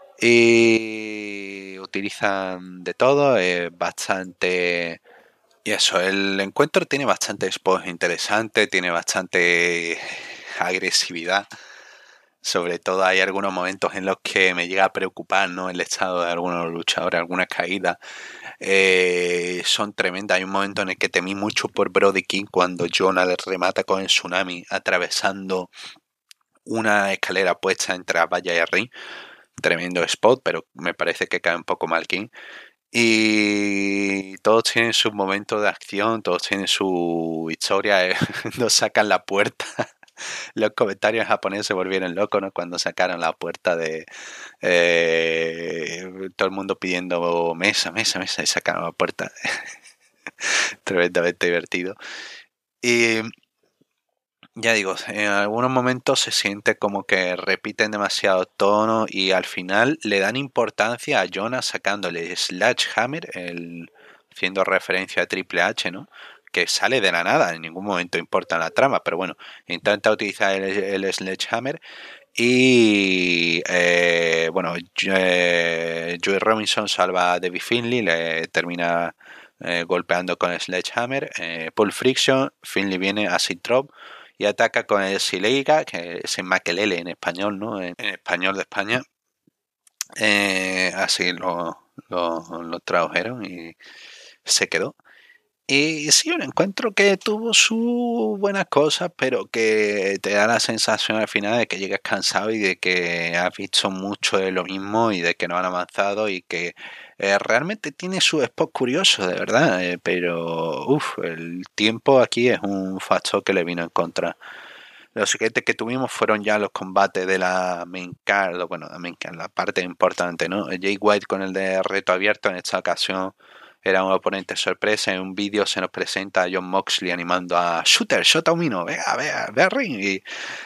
Y utilizan de todo, es bastante... Y eso, el encuentro tiene bastante spots interesantes, tiene bastante agresividad. Sobre todo hay algunos momentos en los que me llega a preocupar, ¿no?, el estado de algunos luchadores, algunas caídas. Eh, son tremendas. Hay un momento en el que temí mucho por Brody King cuando Jonah le remata con el tsunami atravesando una escalera puesta entre la valla y el ring. Tremendo spot, pero me parece que cae un poco mal King. Y todos tienen sus momentos de acción, todos tienen su historia. Nos sacan la puerta. Los comentarios japoneses se volvieron locos, ¿no?, cuando sacaron la puerta de eh, todo el mundo pidiendo mesa, mesa, mesa, y sacaron la puerta. Tremendamente divertido. Y ya digo, en algunos momentos se siente como que repiten demasiado tono y al final le dan importancia a Jonah sacándole Sledgehammer, el, haciendo referencia a Triple H, ¿no?, que sale de la nada, en ningún momento importa la trama, pero bueno, intenta utilizar el, el Sledgehammer y eh, bueno, eh, Joey Robinson salva a Debbie Finlay, le termina eh, golpeando con el Sledgehammer, eh, Pull Friction, Finlay viene a Sit Drop y ataca con el Sileiga, que es en Makelele en español, ¿no?, en, en español de España. Eh, así lo, lo, lo tradujeron y se quedó. Y sí, un encuentro que tuvo sus buenas cosas, pero que te da la sensación al final de que llegas cansado y de que has visto mucho de lo mismo y de que no han avanzado y que eh, realmente tiene su spot curioso, de verdad, eh, pero uf, el tiempo aquí es un factor que le vino en contra. Lo siguiente que tuvimos fueron ya los combates de la main card, bueno, la main card, la parte importante, ¿no? Jay White con el de reto abierto, en esta ocasión era un oponente sorpresa. En un vídeo se nos presenta a Jon Moxley animando a Shooter, Shota Umino, venga, venga, ve al ring. Y,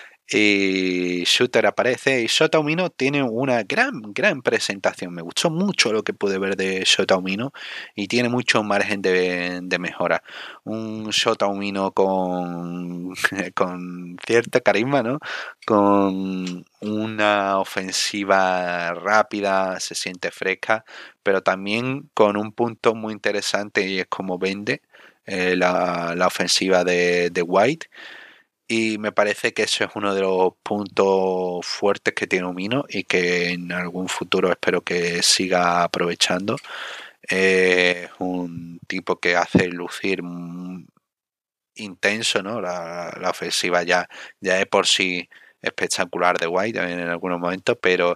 y Shooter aparece y Shota Umino tiene una gran, gran presentación. Me gustó mucho lo que pude ver de Shota Umino y tiene mucho margen de, de mejora. Un Shota Umino con, con cierto carisma, ¿no?, con una ofensiva rápida, se siente fresca, pero también con un punto muy interesante y es como vende eh, la, la ofensiva de, de White. Y me parece que eso es uno de los puntos fuertes que tiene Umino y que en algún futuro espero que siga aprovechando. Es eh, un tipo que hace lucir intenso, ¿no? La, la ofensiva ya, ya es por sí espectacular de White también en algunos momentos, pero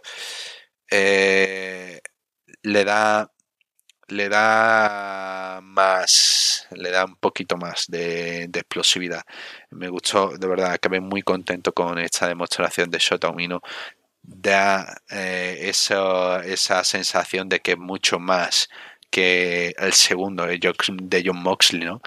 eh, le da le da más, le da un poquito más de, de explosividad. Me gustó, de verdad, acabé muy contento con esta demostración de Shota Umino. Da eh, esa, esa sensación de que es mucho más que el segundo de John, de Jon Moxley, ¿no?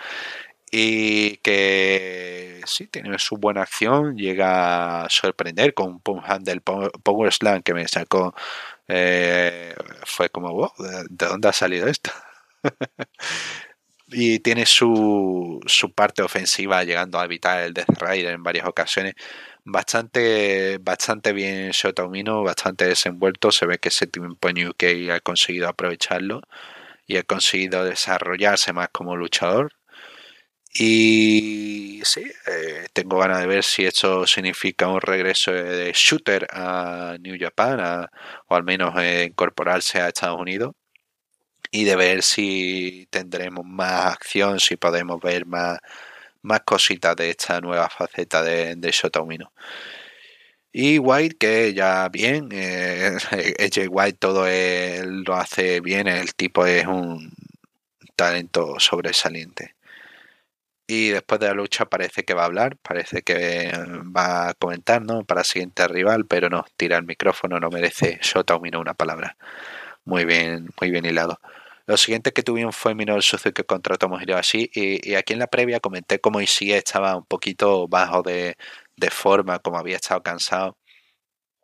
Y que sí, tiene su buena acción, llega a sorprender con un pump handle Power Slam que me sacó. Eh, fue como, wow, ¿de, ¿de dónde ha salido esto? Y tiene su, su parte ofensiva llegando a evitar el Death Rider en varias ocasiones. Bastante, bastante bien Shota Umino, bastante desenvuelto. Se ve que ese tiempo en U K ha conseguido aprovecharlo y ha conseguido desarrollarse más como luchador. Y sí, eh, tengo ganas de ver si esto significa un regreso de Shooter a New Japan, a, o al menos eh, incorporarse a Estados Unidos, y de ver si tendremos más acción, si podemos ver más, más cositas de esta nueva faceta de, de Shota Umino. Y White, que ya bien, eh, Jay White todo él lo hace bien, el tipo es un talento sobresaliente. Y después de la lucha parece que va a hablar, parece que va a comentar, ¿no?, para el siguiente rival, pero no, tira el micrófono, no merece Shota Umino una palabra. Muy bien, muy bien hilado. Lo siguiente que tuvimos fue Minoru Suzuki contra Tomohiro Ishii, y, y aquí en la previa comenté cómo Ishii estaba un poquito bajo de, de forma, como había estado cansado.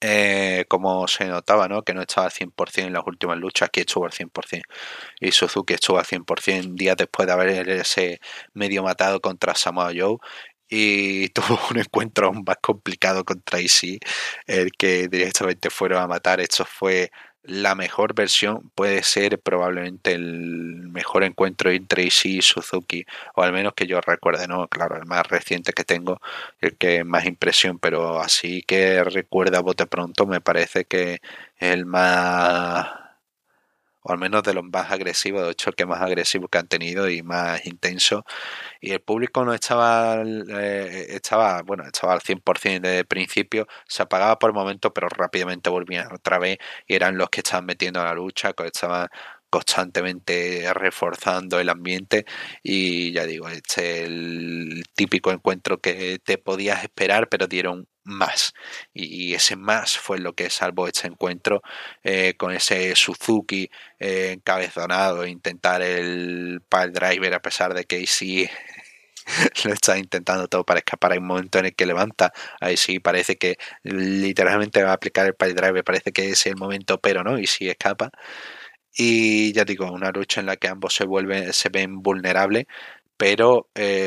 eh, como se notaba, ¿no? Que no estaba al cien por ciento en las últimas luchas, aquí estuvo al cien por ciento. Y Suzuki estuvo al cien por ciento días después de haberse medio matado contra Samoa Joe. Y tuvo un encuentro aún más complicado contra Ishii, el que directamente fueron a matar. Esto fue la mejor versión, puede ser probablemente el mejor encuentro entre Ishii y Suzuki, o al menos que yo recuerde, ¿no? Claro, el más reciente que tengo, el que más impresión, pero así que recuerda a bote pronto, me parece que el más, o al menos de los más agresivos, de hecho el que más agresivo que han tenido y más intenso. Y el público no estaba, eh, estaba, bueno, estaba al cien por ciento de principio, se apagaba por momentos, pero rápidamente volvían otra vez y eran los que estaban metiendo a la lucha, que estaban constantemente reforzando el ambiente. Y ya digo, este es el típico encuentro que te podías esperar, pero dieron más, y ese más fue lo que salvó este encuentro, eh, con ese Suzuki eh, encabezonado, intentar el pile driver a pesar de que sí lo está intentando todo para escapar. Hay un momento en el que levanta, ahí sí parece que literalmente va a aplicar el pile driver, parece que es el momento, pero no, y sí escapa. Y ya digo, una lucha en la que ambos se vuelven, se ven vulnerables, pero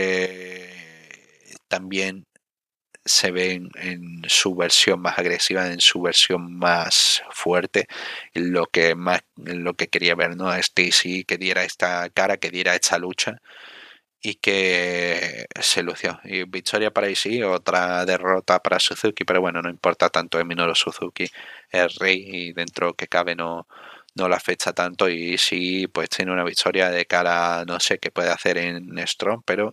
eh, también se ven en su versión más agresiva, en su versión más fuerte, en lo que más, en lo que quería ver, ¿no? A Stacy, que diera esta cara, que diera esta lucha y que se lució. Y victoria para Ishii, otra derrota para Suzuki, pero bueno, no importa tanto, es Minoru Suzuki, es rey y dentro que cabe no no la afecta tanto, y sí, pues tiene una victoria de cara, no sé qué puede hacer en Strong, pero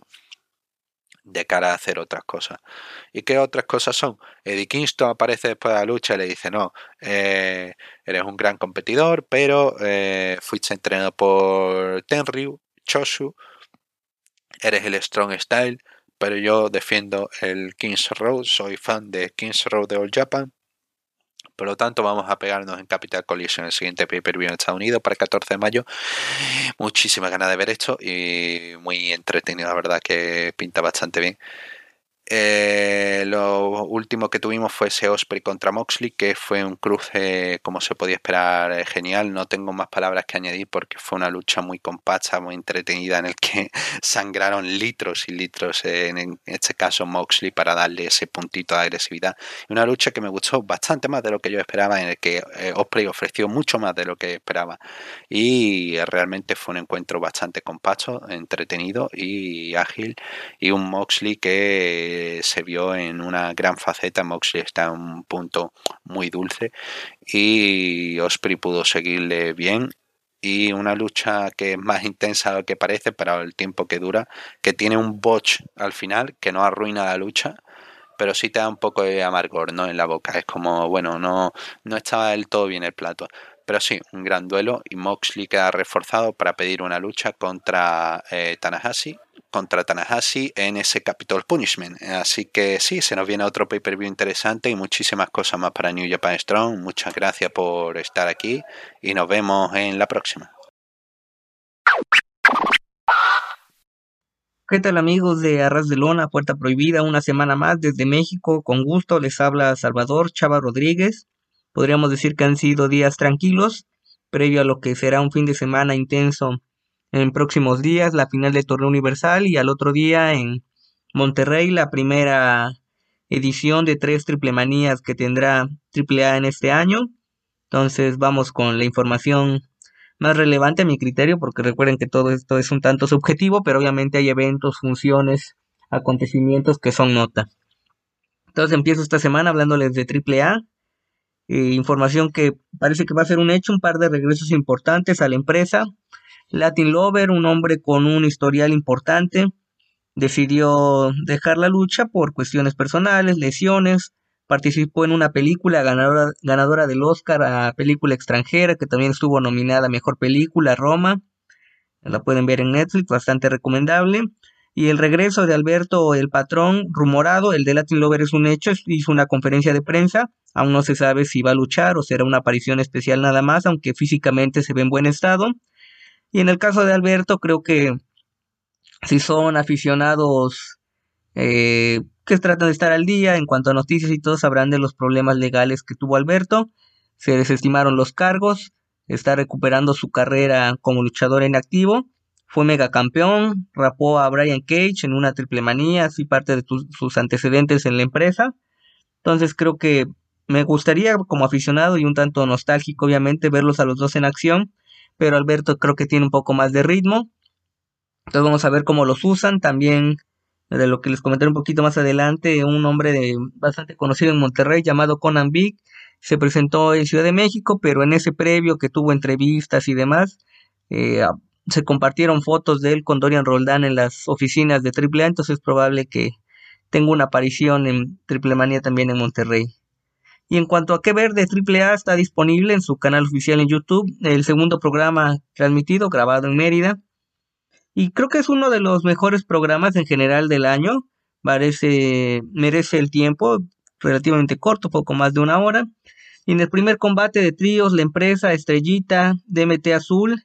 de cara a hacer otras cosas. ¿Y qué otras cosas son? Eddie Kingston aparece después de la lucha y le dice, no, eh, eres un gran competidor, pero eh, fuiste entrenado por Tenryu, Choshu, eres el Strong Style, pero yo defiendo el King's Road, soy fan de King's Road de All Japan. Por lo tanto, vamos a pegarnos en Capital Collision, el siguiente pay-per-view en Estados Unidos para el catorce de mayo. Muchísimas ganas de ver esto y muy entretenido, la verdad que pinta bastante bien. Eh, lo último que tuvimos fue ese Ospreay contra Moxley, que fue un cruce, como se podía esperar, eh, genial. No tengo más palabras que añadir porque fue una lucha muy compacta, muy entretenida, en el que sangraron litros y litros, eh, en este caso Moxley, para darle ese puntito de agresividad. Una lucha que me gustó bastante más de lo que yo esperaba, en el que eh, Ospreay ofreció mucho más de lo que esperaba, y realmente fue un encuentro bastante compacto, entretenido y ágil, y un Moxley que se vio en una gran faceta. Moxley está en un punto muy dulce y Ospreay pudo seguirle bien, y una lucha que es más intensa de lo que parece para el tiempo que dura, que tiene un botch al final que no arruina la lucha, pero sí te da un poco de amargor, ¿no?, en la boca. Es como, bueno, no, no estaba del todo bien el plato. Pero sí, un gran duelo, y Moxley queda reforzado para pedir una lucha contra eh, Tanahashi, contra Tanahashi en ese Capitol Punishment. Así que sí, se nos viene otro pay-per-view interesante y muchísimas cosas más para New Japan Strong. Muchas gracias por estar aquí y nos vemos en la próxima. ¿Qué tal, amigos de Arras de Lona, Puerta Prohibida? Una semana más desde México, con gusto les habla Salvador Chava Rodríguez. Podríamos decir que han sido días tranquilos, previo a lo que será un fin de semana intenso en próximos días, la final del Torneo Universal, y al otro día en Monterrey, la primera edición de tres triple manías que tendrá Triple A en este año. Entonces vamos con la información más relevante a mi criterio, porque recuerden que todo esto es un tanto subjetivo, pero obviamente hay eventos, funciones, acontecimientos que son nota. Entonces empiezo esta semana hablándoles de Triple A, eh, información que parece que va a ser un hecho, un par de regresos importantes a la empresa. Latin Lover, un hombre con un historial importante, decidió dejar la lucha por cuestiones personales, lesiones. Participó en una película ganadora, ganadora del Oscar a película extranjera, que también estuvo nominada a Mejor Película, Roma. La pueden ver en Netflix, bastante recomendable. Y el regreso de Alberto el Patrón, rumorado. El de Latin Lover es un hecho, hizo una conferencia de prensa. Aún no se sabe si va a luchar o será una aparición especial nada más, aunque físicamente se ve en buen estado. Y en el caso de Alberto, creo que si son aficionados eh, que tratan de estar al día en cuanto a noticias y todo, sabrán de los problemas legales que tuvo Alberto. Se desestimaron los cargos, está recuperando su carrera como luchador en activo, fue megacampeón, rapó a Brian Cage en una triple manía, así parte de tu, sus antecedentes en la empresa. Entonces creo que me gustaría como aficionado y un tanto nostálgico obviamente verlos a los dos en acción, pero Alberto creo que tiene un poco más de ritmo. Entonces vamos a ver cómo los usan. También de lo que les comentaré un poquito más adelante, un hombre de, bastante conocido en Monterrey llamado Conan Big se presentó en Ciudad de México, pero en ese previo que tuvo entrevistas y demás, eh, se compartieron fotos de él con Dorian Roldán en las oficinas de Triple A, entonces es probable que tenga una aparición en Triple Manía también en Monterrey. Y en cuanto a qué ver de Triple A, está disponible en su canal oficial en YouTube, el segundo programa transmitido, grabado en Mérida. Y creo que es uno de los mejores programas en general del año. Parece, merece el tiempo, relativamente corto, poco más de una hora. Y en el primer combate de tríos, la empresa, Estrellita, D M T Azul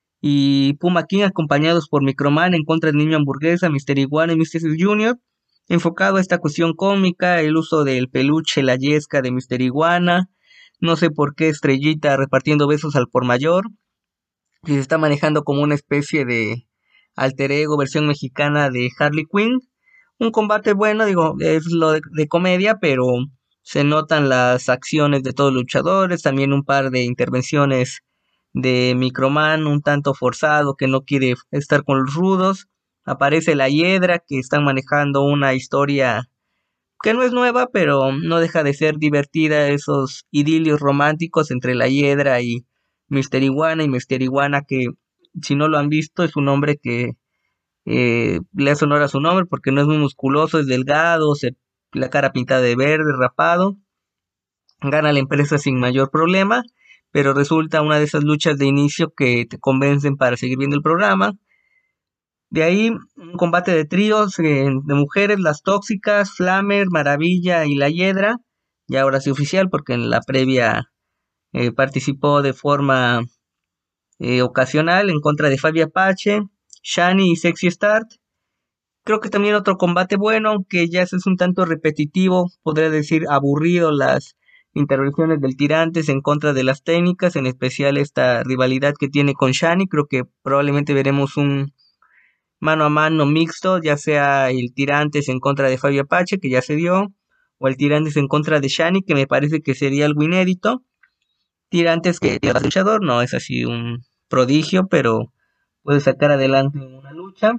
y Puma King, acompañados por Microman en contra del Niño Hamburguesa, mister Iguana y mister Junior, enfocado a esta cuestión cómica, el uso del peluche, la yesca de mister Iguana. No sé por qué Estrellita repartiendo besos al por mayor, y se está manejando como una especie de alter ego, versión mexicana de Harley Quinn. Un combate bueno, digo, es lo de, de comedia, pero se notan las acciones de todos los luchadores, también un par de intervenciones de Microman, un tanto forzado, que no quiere estar con los rudos. Aparece la Hiedra, que están manejando una historia que no es nueva, pero no deja de ser divertida, esos idilios románticos entre la Hiedra y mister Iguana, y mister Iguana, que si no lo han visto, es un hombre que eh, le hace honor a su nombre, porque no es muy musculoso, es delgado, se, la cara pintada de verde, rapado. Gana la empresa sin mayor problema, pero resulta una de esas luchas de inicio que te convencen para seguir viendo el programa. De ahí un combate de tríos eh, de mujeres, las Tóxicas, Flamer, Maravilla y la Hiedra, y ahora sí oficial porque en la previa eh, participó de forma eh, ocasional en contra de Fabi Apache, Shani y Sexy Start. Creo que también otro combate bueno, aunque ya es un tanto repetitivo, podría decir aburrido, las intervenciones del Tirantes en contra de las técnicas, en especial esta rivalidad que tiene con Shani. Creo que probablemente veremos un mano a mano mixto, ya sea el Tirantes en contra de Fabio Apache, que ya se dio, o el Tirantes en contra de Shani, que me parece que sería algo inédito. Tirantes que es luchador, no es así un prodigio, pero puede sacar adelante una lucha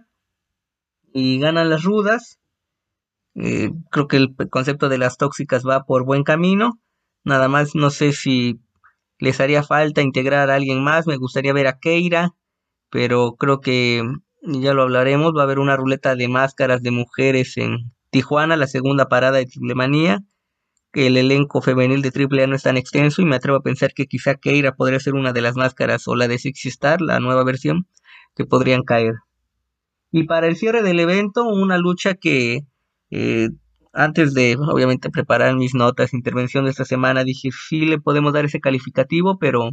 y ganan las rudas. Eh, creo que el concepto de las Tóxicas va por buen camino. Nada más no sé si les haría falta integrar a alguien más. Me gustaría ver a Keira, pero creo que ya lo hablaremos. Va a haber una ruleta de máscaras de mujeres en Tijuana, la segunda parada de Triple Manía, que el elenco femenil de Triple A no es tan extenso, y me atrevo a pensar que quizá Keira podría ser una de las máscaras, o la de Sexy Star, la nueva versión, que podrían caer. Y para el cierre del evento, una lucha que eh, antes de obviamente preparar mis notas, intervención de esta semana, dije sí le podemos dar ese calificativo, pero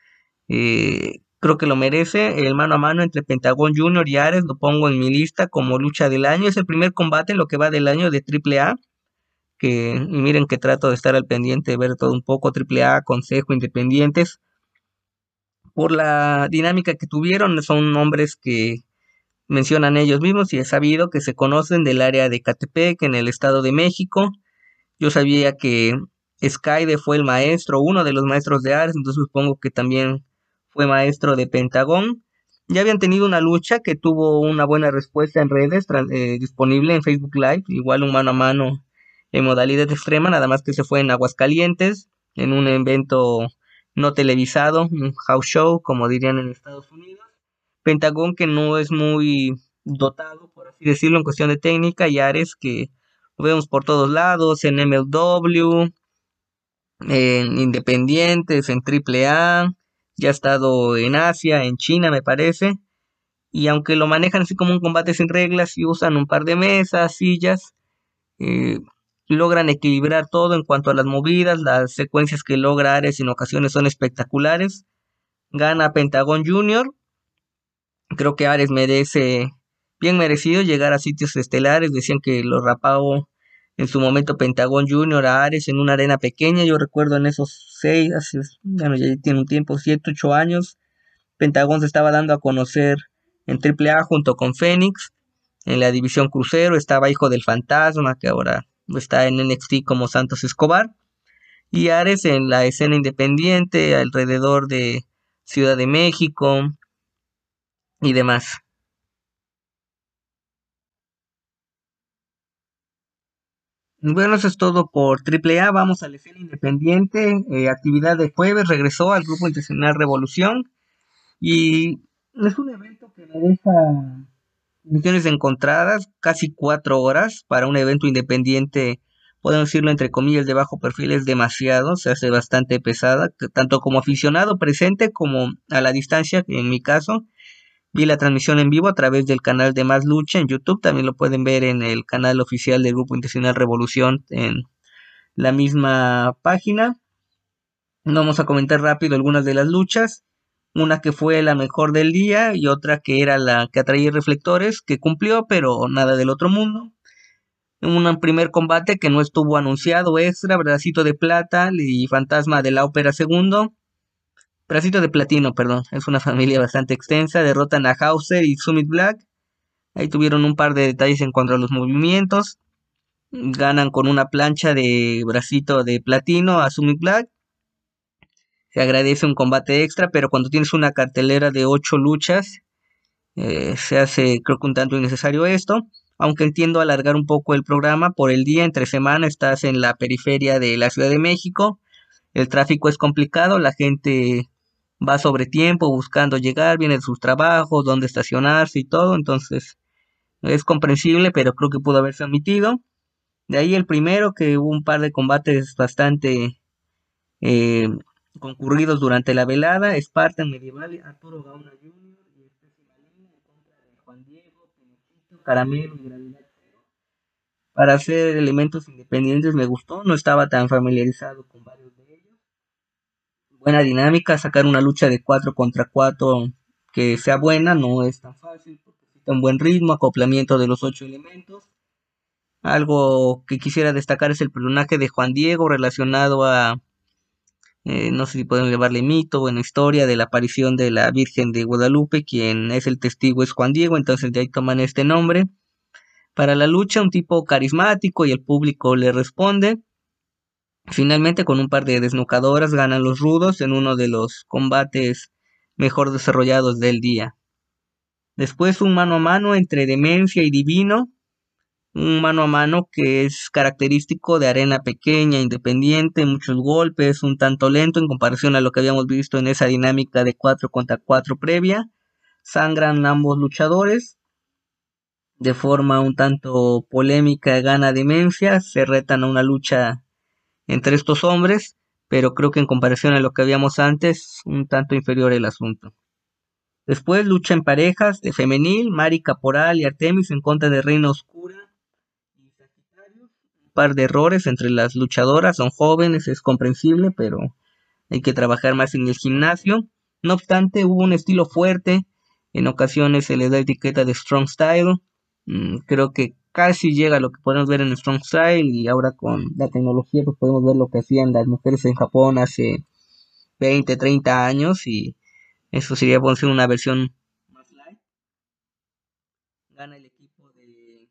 eh, creo que lo merece. El mano a mano entre Pentagón Junior y Ares lo pongo en mi lista como lucha del año. Es el primer combate en lo que va del año de Triple A, que, y miren que trato de estar al pendiente, de ver todo un poco, Triple A, Consejo, Independientes, por la dinámica que tuvieron. Son hombres que mencionan ellos mismos y he sabido que se conocen del área de Catepec, en el Estado de México. Yo sabía que Skyde fue el maestro, uno de los maestros de Ares, entonces supongo que también fue maestro de Pentagón. Ya habían tenido una lucha que tuvo una buena respuesta en redes, eh, disponible en Facebook Live, igual un mano a mano en modalidad extrema, nada más que se fue en Aguascalientes, en un evento no televisado, un house show, como dirían en Estados Unidos. Pentagón, que no es muy dotado, por así decirlo, en cuestión de técnica, y Ares, que lo vemos por todos lados, en M L W, en Independientes, en Triple A, ya ha estado en Asia, en China me parece, y aunque lo manejan así como un combate sin reglas y usan un par de mesas, sillas, eh, logran equilibrar todo en cuanto a las movidas. Las secuencias que logra Ares en ocasiones son espectaculares. Gana Pentagón Junior. Creo que Ares merece, bien merecido, llegar a sitios estelares. Decían que los Rapao En su momento Pentagón Junior a Ares en una arena pequeña. Yo recuerdo en esos seis, hace, bueno, ya tiene un tiempo, siete, ocho años. Pentagón se estaba dando a conocer en Triple A junto con Fénix. En la división crucero estaba Hijo del Fantasma, que ahora está en N X T como Santos Escobar. Y Ares en la escena independiente, alrededor de Ciudad de México y demás. Bueno, eso es todo por Triple A. Vamos a la escena independiente. Eh, actividad de jueves, regresó al Grupo Internacional Revolución. Y es un evento que me deja misiones encontradas, casi cuatro horas para un evento independiente, podemos decirlo entre comillas, de bajo perfil, es demasiado, se hace bastante pesada, que tanto como aficionado presente como a la distancia, en mi caso. Vi la transmisión en vivo a través del canal de Más Lucha en YouTube, también lo pueden ver en el canal oficial del Grupo Internacional Revolución en la misma página. Vamos a comentar rápido algunas de las luchas. Una que fue la mejor del día y otra que era la que atraía reflectores, que cumplió, pero nada del otro mundo. Un primer combate que no estuvo anunciado extra, Bracito de Plata y Fantasma de la Ópera segundo. Bracito de Platino, perdón, es una familia bastante extensa. Derrotan a Hauser y Summit Black. Ahí tuvieron un par de detalles en cuanto a los movimientos. Ganan con una plancha de Bracito de Platino a Summit Black. Se agradece un combate extra, pero cuando tienes una cartelera de ocho luchas, eh, se hace, creo que un tanto innecesario esto. Aunque entiendo alargar un poco el programa por el día, entre semana estás en la periferia de la Ciudad de México. El tráfico es complicado, la gente va sobre tiempo buscando llegar, viene de sus trabajos, dónde estacionarse y todo, entonces es comprensible, pero creo que pudo haberse omitido. De ahí el primero, que hubo un par de combates bastante eh, concurridos durante la velada. Spartan Medieval, Arturo Gauna junior y Especie Malina en contra de Juan Diego, Pinocchio, Caramelo y Gravedad Cero. Para hacer elementos independientes me gustó, no estaba tan familiarizado con varios de ellos. Buena dinámica, sacar una lucha de cuatro contra cuatro que sea buena no es tan fácil, porque necesita un buen ritmo, acoplamiento de los ocho elementos. Algo que quisiera destacar es el personaje de Juan Diego relacionado a, eh, no sé si podemos llamarle mito, bueno, historia de la aparición de la Virgen de Guadalupe, quien es el testigo es Juan Diego, entonces de ahí toman este nombre. Para la lucha, un tipo carismático y el público le responde. Finalmente, con un par de desnucadoras, ganan los rudos en uno de los combates mejor desarrollados del día. Después, un mano a mano entre Demencia y Divino. Un mano a mano que es característico de arena pequeña, independiente, muchos golpes, un tanto lento en comparación a lo que habíamos visto en esa dinámica de cuatro contra cuatro previa. Sangran ambos luchadores. De forma un tanto polémica gana Demencia, se retan a una lucha entre estos hombres, pero creo que en comparación a lo que habíamos antes, un tanto inferior el asunto. Después lucha en parejas de femenil, Mari Caporal y Artemis en contra de Reina Oscura y Sagitarius. Un par de errores entre las luchadoras, son jóvenes, es comprensible, pero hay que trabajar más en el gimnasio. No obstante, hubo un estilo fuerte, en ocasiones se le da etiqueta de Strong Style. Mm, creo que casi llega a lo que podemos ver en Strong Style, y ahora con la tecnología pues podemos ver lo que hacían las mujeres en Japón hace veinte, treinta años, y eso sería por ser una versión más light. Gana el equipo de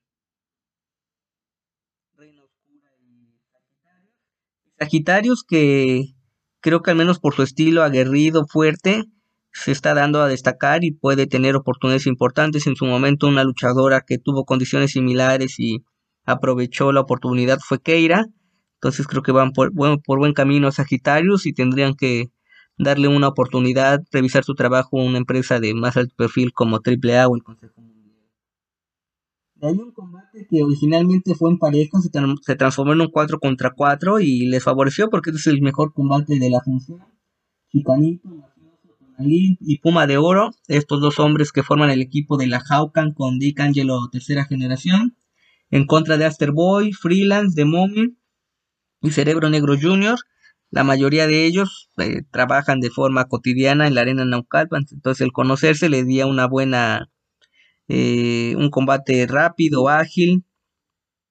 Reina Oscura y Sagitarius. Sagitarius, que creo que al menos por su estilo aguerrido, fuerte, se está dando a destacar y puede tener oportunidades importantes. En su momento una luchadora que tuvo condiciones similares y aprovechó la oportunidad fue Keira. Entonces creo que van por, bueno, por buen camino a Sagitarius y tendrían que darle una oportunidad, revisar su trabajo en una empresa de más alto perfil como Triple A o el Consejo Mundial. De ahí un combate que originalmente fue en pareja, se, tra- se transformó en un cuatro contra cuatro y les favoreció porque este es el mejor combate de la función. Chicanito, Mafioso, Tonalí y Puma de Oro, estos dos hombres que forman el equipo de la Haukan con Dick Angelo tercera generación, en contra de Aster Boy, Freelance, The Mommy y Cerebro Negro junior La mayoría de ellos eh, trabajan de forma cotidiana en la arena Naucalpan, entonces el conocerse le dio una buena, eh, un combate rápido, ágil,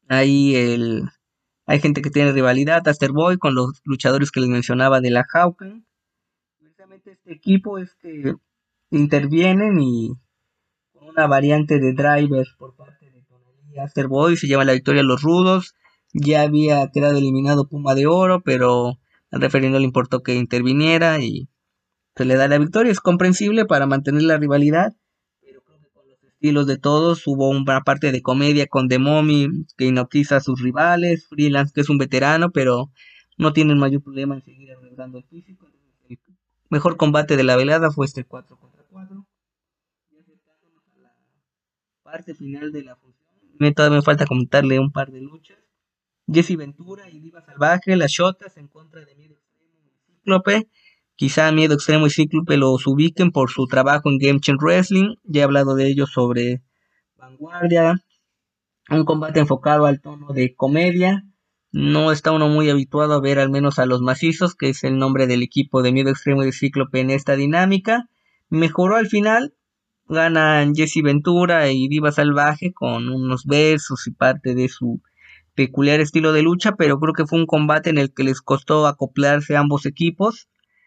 Ahí el, hay gente que tiene rivalidad, Aster Boy, con los luchadores que les mencionaba de la Hawken. Precisamente este equipo es que intervienen y con una variante de drivers por parte de Tonali Aster Boy se lleva la victoria a los rudos. Ya había quedado eliminado Puma de Oro, pero al referee no le importó que interviniera y se le da la victoria. Es comprensible para mantener la rivalidad, pero creo que con los estilos de todos hubo una parte de comedia con The Mommy que hipnotiza a sus rivales, Freelance que es un veterano, pero no tiene el mayor problema en seguir arreglando el físico. El mejor combate de la velada fue este cuatro contra cuatro. Y acercándonos a la parte final de la función, me todavía me falta comentarle un par de luchas. Jesse Ventura y Diva Salvaje, las Shotas en contra de Miedo Extremo y Cíclope. Quizá Miedo Extremo y Cíclope los ubiquen por su trabajo en Game Changer Wrestling. Ya he hablado de ellos sobre Vanguardia. Un combate enfocado al tono de comedia. No está uno muy habituado a ver al menos a los macizos, que es el nombre del equipo de Miedo Extremo y de Cíclope en esta dinámica. Mejoró al final. Ganan Jesse Ventura y Diva Salvaje con unos versos y parte de su peculiar estilo de lucha, pero creo que fue un combate en el que les costó acoplarse a ambos equipos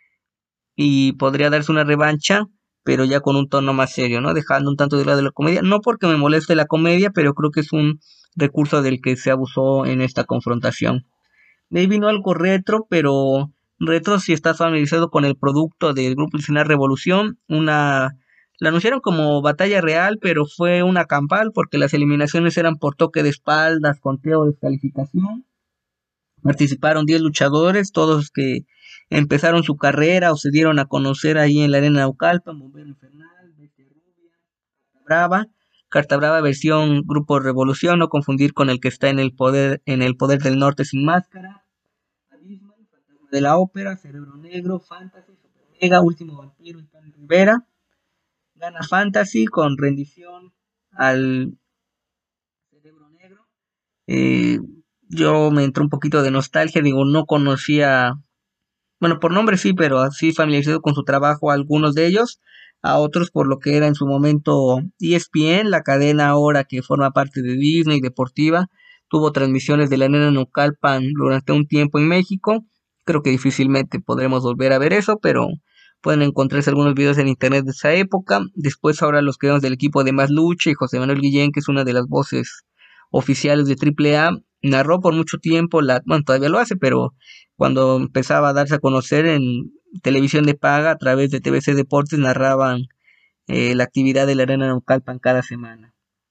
y podría darse una revancha, pero ya con un tono más serio, ¿no? Dejando un tanto de lado la comedia, no porque me moleste la comedia, pero creo que es un recurso del que se abusó en esta confrontación. De ahí vino algo retro, pero retro si estás familiarizado con el producto del grupo Escenar Revolución, una la anunciaron como batalla real, pero fue una campal porque las eliminaciones eran por toque de espaldas, conteo de descalificación. Participaron diez luchadores, todos que empezaron su carrera o se dieron a conocer ahí en la arena Naucalpan, Bombero Infernal, Bestia Rubia, Carta Brava, Carta Brava versión Grupo Revolución, no confundir con el que está en el poder, en el poder del norte sin máscara, Abismal, Fantasma de la Ópera, Cerebro Negro, Fantasy, Super Mega, Último Vampiro y Tony Rivera. Gana Fantasy con rendición al Cerebro Negro. Eh, yo me entró un poquito de nostalgia, digo, no conocía, bueno, por nombre sí, pero así familiarizado con su trabajo a algunos de ellos, a otros por lo que era en su momento E S P N, la cadena ahora que forma parte de Disney Deportiva, tuvo transmisiones de la arena Naucalpan durante un tiempo en México. Creo que difícilmente podremos volver a ver eso, pero pueden encontrarse algunos videos en internet de esa época. Después ahora los que vemos del equipo de Más Lucha y José Manuel Guillén, que es una de las voces oficiales de Triple A, narró por mucho tiempo, la, bueno, todavía lo hace, pero cuando empezaba a darse a conocer en televisión de paga a través de T V C Deportes, narraban eh, la actividad de la arena Naucalpan cada semana.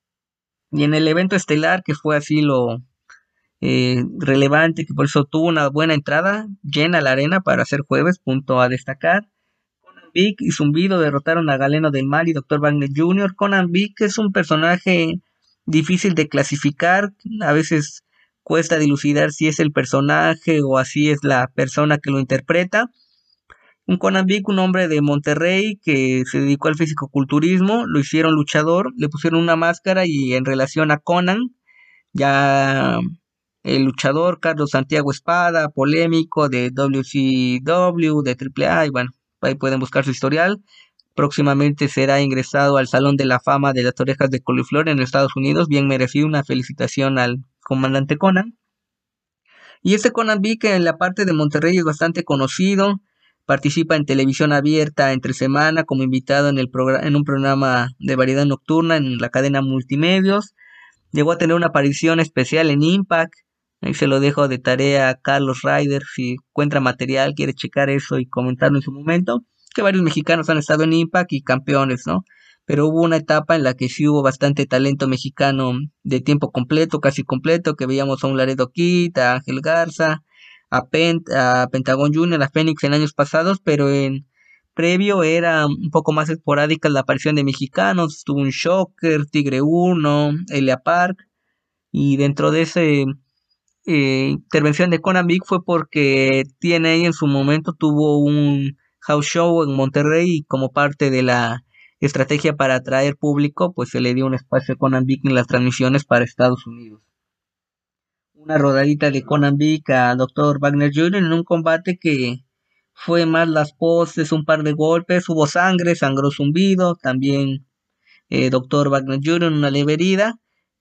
Y en el evento estelar, que fue así lo eh, relevante, que por eso tuvo una buena entrada, llena la arena para hacer jueves, punto a destacar. Conan Big y Zumbido derrotaron a Galeno del Mal y doctor Wagner junior Conan Big es un personaje difícil de clasificar, a veces cuesta dilucidar si es el personaje o así es la persona que lo interpreta. Un Conan Big, un hombre de Monterrey que se dedicó al fisicoculturismo, lo hicieron luchador, le pusieron una máscara y en relación a Conan, ya el luchador Carlos Santiago Espada, polémico de W C W, de Triple A, y bueno, ahí pueden buscar su historial. Próximamente será ingresado al Salón de la Fama de las Orejas de Coliflor en Estados Unidos, bien merecido, una felicitación al comandante Conan. Y este Conan Big en la parte de Monterrey es bastante conocido, participa en televisión abierta entre semana como invitado en, el en un programa de variedad nocturna en la cadena Multimedios. Llegó a tener una aparición especial en Impact. Ahí se lo dejo de tarea a Carlos Ryder si encuentra material, quiere checar eso y comentarlo en su momento. Que varios mexicanos han estado en Impact y campeones, ¿no? Pero hubo una etapa en la que sí hubo bastante talento mexicano de tiempo completo, casi completo, que veíamos a un Laredo Kid, a Ángel Garza, a, Pent, a Pentagon junior, a Fénix en años pasados, pero en previo era un poco más esporádica la aparición de mexicanos. Estuvo un Shocker, Tigre uno, Elia Park, y dentro de esa eh, intervención de Conan Big fue porque T N A en su momento tuvo un house show en Monterrey y como parte de la estrategia para atraer público, pues se le dio un espacio a Conan Big en las transmisiones para Estados Unidos. Una rodadita de Conan Big a doctor Wagner junior en un combate que fue más las poses, un par de golpes, hubo sangre, sangró Zumbido, también eh, doctor Wagner junior en una leve herida,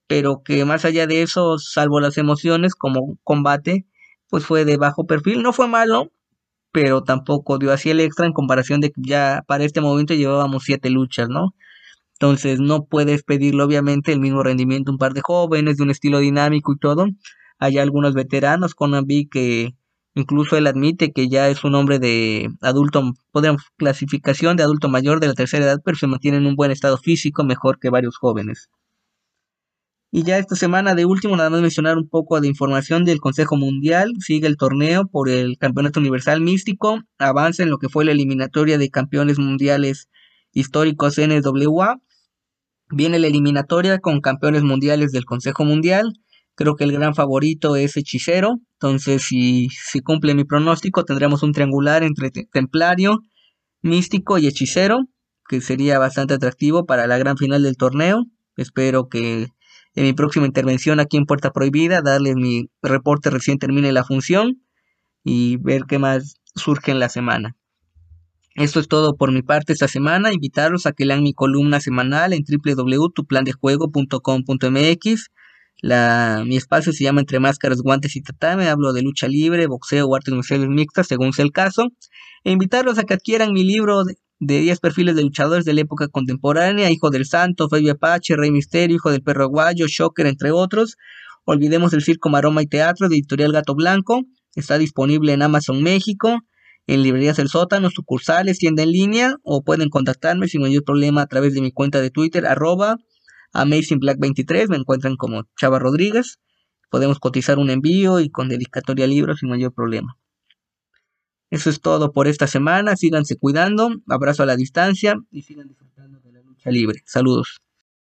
pero que más allá de eso, salvo las emociones como combate, pues fue de bajo perfil. No fue malo, pero tampoco dio así el extra en comparación de que ya para este momento llevábamos siete luchas, ¿no? Entonces no puedes pedirle obviamente el mismo rendimiento a un par de jóvenes de un estilo dinámico y todo. Hay algunos veteranos, Conan B, que incluso él admite que ya es un hombre de adulto, podemos clasificación de adulto mayor de la tercera edad, pero se mantiene en un buen estado físico, mejor que varios jóvenes. Y ya esta semana de último, nada más mencionar un poco de información del Consejo Mundial. Sigue el torneo por el Campeonato Universal Místico. Avanza en lo que fue la eliminatoria de campeones mundiales históricos N W A. Viene la eliminatoria con campeones mundiales del Consejo Mundial. Creo que el gran favorito es Hechicero. Entonces, si, si cumple mi pronóstico, tendremos un triangular entre Templario, Místico y Hechicero, que sería bastante atractivo para la gran final del torneo. Espero que en mi próxima intervención aquí en Puerta Prohibida darles mi reporte recién termine la función y ver qué más surge en la semana. Esto es todo por mi parte esta semana. Invitarlos a que lean mi columna semanal en w w w punto tu plan de juego punto com punto m x. La, mi espacio se llama Entre Máscaras, Guantes y Tatame. Hablo de lucha libre, boxeo o artes marciales mixtas, según sea el caso. E invitarlos a que adquieran mi libro de, de diez perfiles de luchadores de la época contemporánea: Hijo del Santo, Fabio Apache, Rey Misterio, Hijo del Perro Aguayo, Shocker, entre otros. Olvidemos el Circo, Maroma y Teatro, de Editorial Gato Blanco. Está disponible en Amazon México, en librerías El Sótano, sucursales, tienda en línea, o pueden contactarme sin mayor problema a través de mi cuenta de Twitter, arroba Amazing Black veintitrés. Me encuentran como Chava Rodríguez. Podemos cotizar un envío y con dedicatoria libro sin mayor problema. Eso es todo por esta semana. Síganse cuidando. Abrazo a la distancia y sigan disfrutando de la lucha libre. Saludos.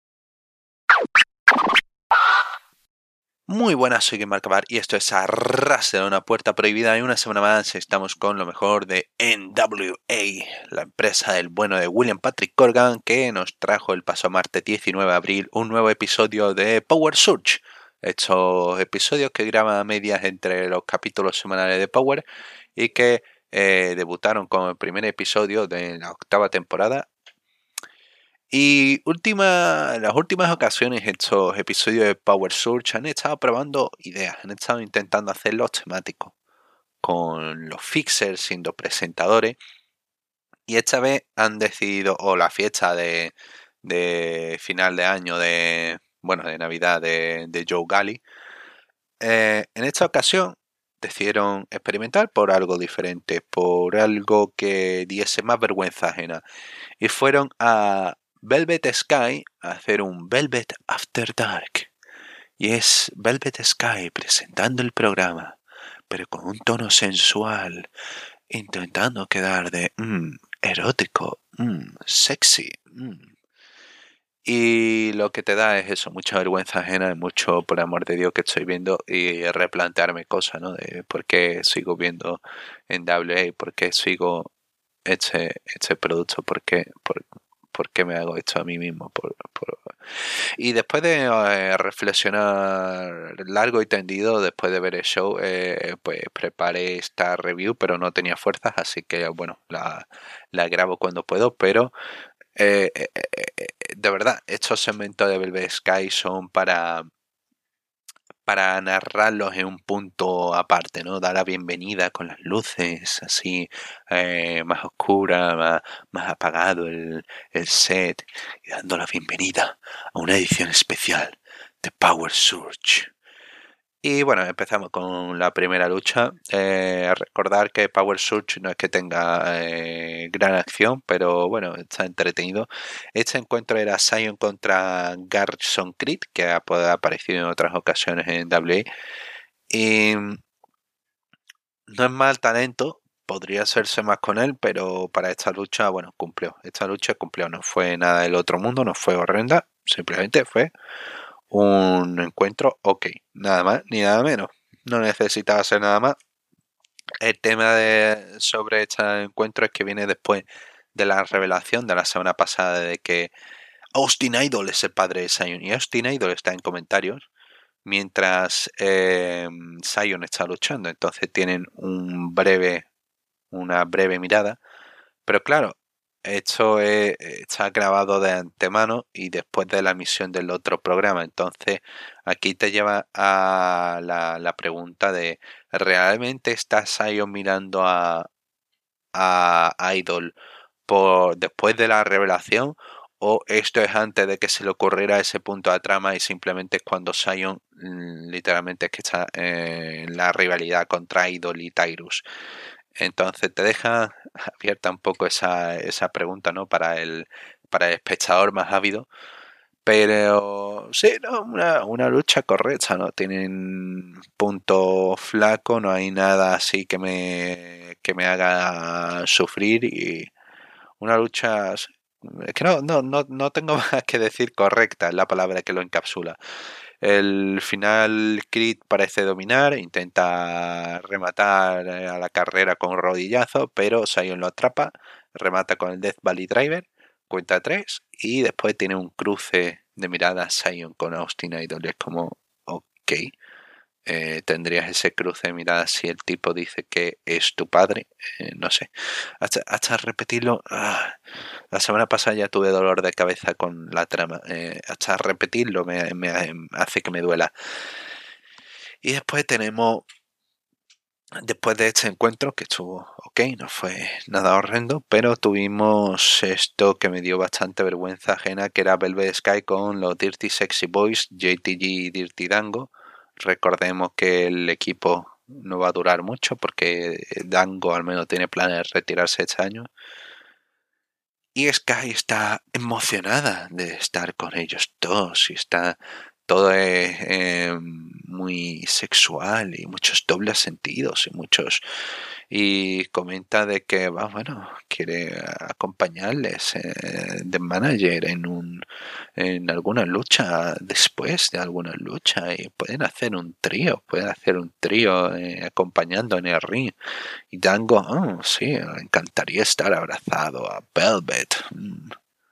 Muy buenas, soy Game Marcabar y esto es Arras de una Puerta Prohibida. Y una semana más estamos con lo mejor de N W A, la empresa del bueno de William Patrick Corgan, que nos trajo el pasado martes diecinueve de abril un nuevo episodio de Power Surge. Estos episodios que graba a medias entre los capítulos semanales de Power y que eh, debutaron como el primer episodio de la octava temporada. Y última, en las últimas ocasiones estos episodios de Power Surge han estado probando ideas, han estado intentando hacerlos temáticos, con los fixers siendo presentadores, y esta vez han decidido, o la fiesta de, de final de año, de bueno de Navidad de, de Joe Galli, eh, en esta ocasión decidieron experimentar por algo diferente, por algo que diese más vergüenza ajena, y fueron a Velvet Sky a hacer un Velvet After Dark. Y es Velvet Sky presentando el programa, pero con un tono sensual, intentando quedar de mmm, erótico, mmm, sexy. Mm. Y lo que te da es eso, mucha vergüenza ajena, mucho por amor de Dios que estoy viendo, y replantearme cosas, ¿no? De por qué sigo viendo en W A, por qué sigo este, este producto, por qué, por, ¿por qué me hago esto a mí mismo? Por, por... Y después de eh, reflexionar largo y tendido, después de ver el show, eh, pues preparé esta review, pero no tenía fuerzas, así que bueno, la, la grabo cuando puedo, pero eh, eh, eh, de verdad, estos segmentos de Velvet Sky son para... para narrarlos en un punto aparte, ¿no? Dar la bienvenida con las luces así eh, más oscura, más, más apagado el, el set, y dando la bienvenida a una edición especial de Power Surge. Y bueno, empezamos con la primera lucha. Eh, recordar que Power Surge no es que tenga eh, gran acción, pero bueno, está entretenido. Este encuentro era Zion contra Garrison Creed, que ha aparecido en otras ocasiones en W A. Y no es mal talento, podría hacerse más con él, pero para esta lucha, bueno, cumplió. Esta lucha cumplió, no fue nada del otro mundo, no fue horrenda, simplemente fue un encuentro ok, nada más ni nada menos, no necesitaba hacer nada más. El tema de sobre este encuentro es que viene después de la revelación de la semana pasada de que Austin Idol es el padre de Zion, y Austin Idol está en comentarios mientras eh, Zion está luchando, entonces tienen un breve una breve mirada, pero claro, esto es- está grabado de antemano y después de la emisión del otro programa. Entonces, aquí te lleva a la, la pregunta de, ¿realmente está Sion mirando a, a Idol por después de la revelación? ¿O esto es antes de que se le ocurriera ese punto de trama y simplemente es cuando Sion mm, literalmente es que está en la rivalidad contra Idol y Tyrus? Entonces te deja abierta un poco esa, esa pregunta, ¿no? Para el, para el espectador más ávido. Pero sí, no, una, una lucha correcta, no tienen punto flaco, no hay nada así que me, que me haga sufrir y una lucha... Es que no, no, no, no tengo más que decir correcta, es la palabra que lo encapsula. El final Creed parece dominar, intenta rematar a la carrera con un rodillazo, pero Sion lo atrapa, remata con el Death Valley Driver, cuenta tres y después tiene un cruce de miradas Sion con Austin Idol. Es como, ok, eh, tendrías ese cruce de miradas si el tipo dice que es tu padre, eh, no sé. Hasta, hasta repetirlo, ah, la semana pasada ya tuve dolor de cabeza con la trama. Eh, hasta repetirlo me, me hace que me duela. Y después tenemos, después de este encuentro, que estuvo ok, no fue nada horrendo, pero tuvimos esto que me dio bastante vergüenza ajena, que era Velvet Sky con los Dirty Sexy Boys, J T G y Dirty Dango. Recordemos que el equipo no va a durar mucho porque Dango al menos tiene planes de retirarse este año. Y Sky está emocionada de estar con ellos dos y está todo es eh, muy sexual y muchos dobles sentidos y muchos y comenta de que va bueno quiere acompañarles eh, de manager en un en alguna lucha después de alguna lucha y pueden hacer un trío pueden hacer un trío eh, acompañando en el ring y Dango, oh, sí, me encantaría estar abrazado a Velvet. Mm.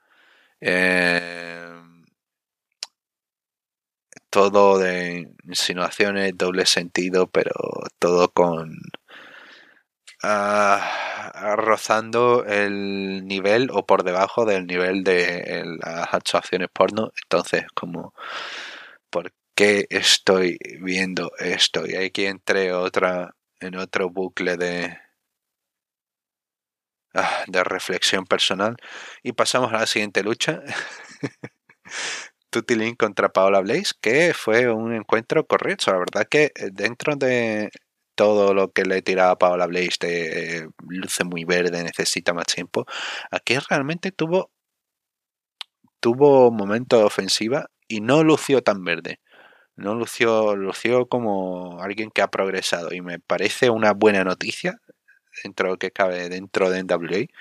Eh, todo de insinuaciones, doble sentido, pero todo con... Uh, rozando el nivel o por debajo del nivel de las actuaciones porno. Entonces, como, ¿por qué estoy viendo esto? Y aquí entré otra, en otro bucle de de reflexión personal y pasamos a la siguiente lucha. Tutilin contra Paola Blaze, que fue un encuentro correcto. La verdad que dentro de todo lo que le tiraba a Paola Blaze de eh, luce muy verde, necesita más tiempo, aquí realmente tuvo tuvo momentos de ofensiva y no lució tan verde. No lució, lució como alguien que ha progresado y me parece una buena noticia dentro de lo que cabe dentro de N W A.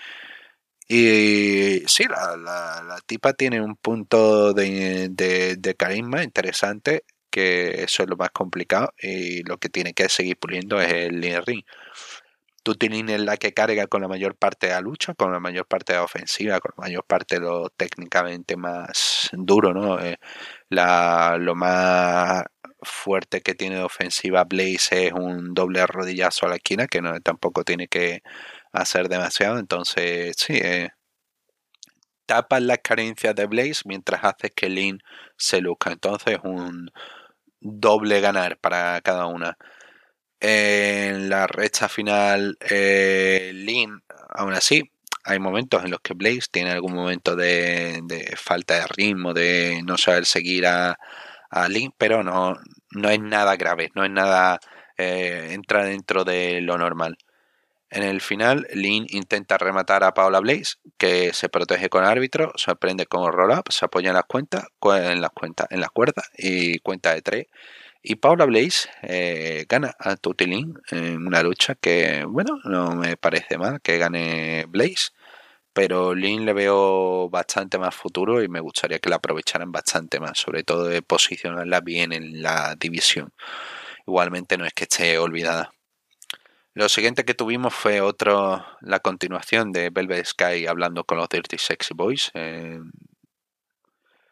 Y sí, la, la, la tipa tiene un punto de, de, de carisma interesante, que eso es lo más complicado y lo que tiene que seguir puliendo es el ring. Tutilin es la que carga con la mayor parte de la lucha, con la mayor parte de la ofensiva, con la mayor parte de lo técnicamente más duro, ¿no? Eh, la, lo más fuerte que tiene de ofensiva Blaze es un doble rodillazo a la esquina, que no tampoco tiene que hacer demasiado, entonces sí, eh, tapas las carencias de Blaze mientras haces que Lynn se luzca, entonces un doble ganar para cada una. En la recta final, eh, Lynn, aún así, hay momentos en los que Blaze tiene algún momento de, de falta de ritmo, de no saber seguir a, a Lynn, pero no, no es nada grave, no es nada, eh, entra dentro de lo normal. En el final, Lynn intenta rematar a Paola Blaze, que se protege con el árbitro, sorprende con roll-up, se apoya en las cuentas, en las cuentas, en las cuerdas y cuenta de tres. Y Paola Blaze eh, gana a Tutilin en una lucha que, bueno, no me parece mal que gane Blaze, pero Lynn le veo bastante más futuro y me gustaría que la aprovecharan bastante más, sobre todo de posicionarla bien en la división. Igualmente no es que esté olvidada. Lo siguiente que tuvimos fue otro, la continuación de Velvet Sky hablando con los Dirty Sexy Boys. Eh,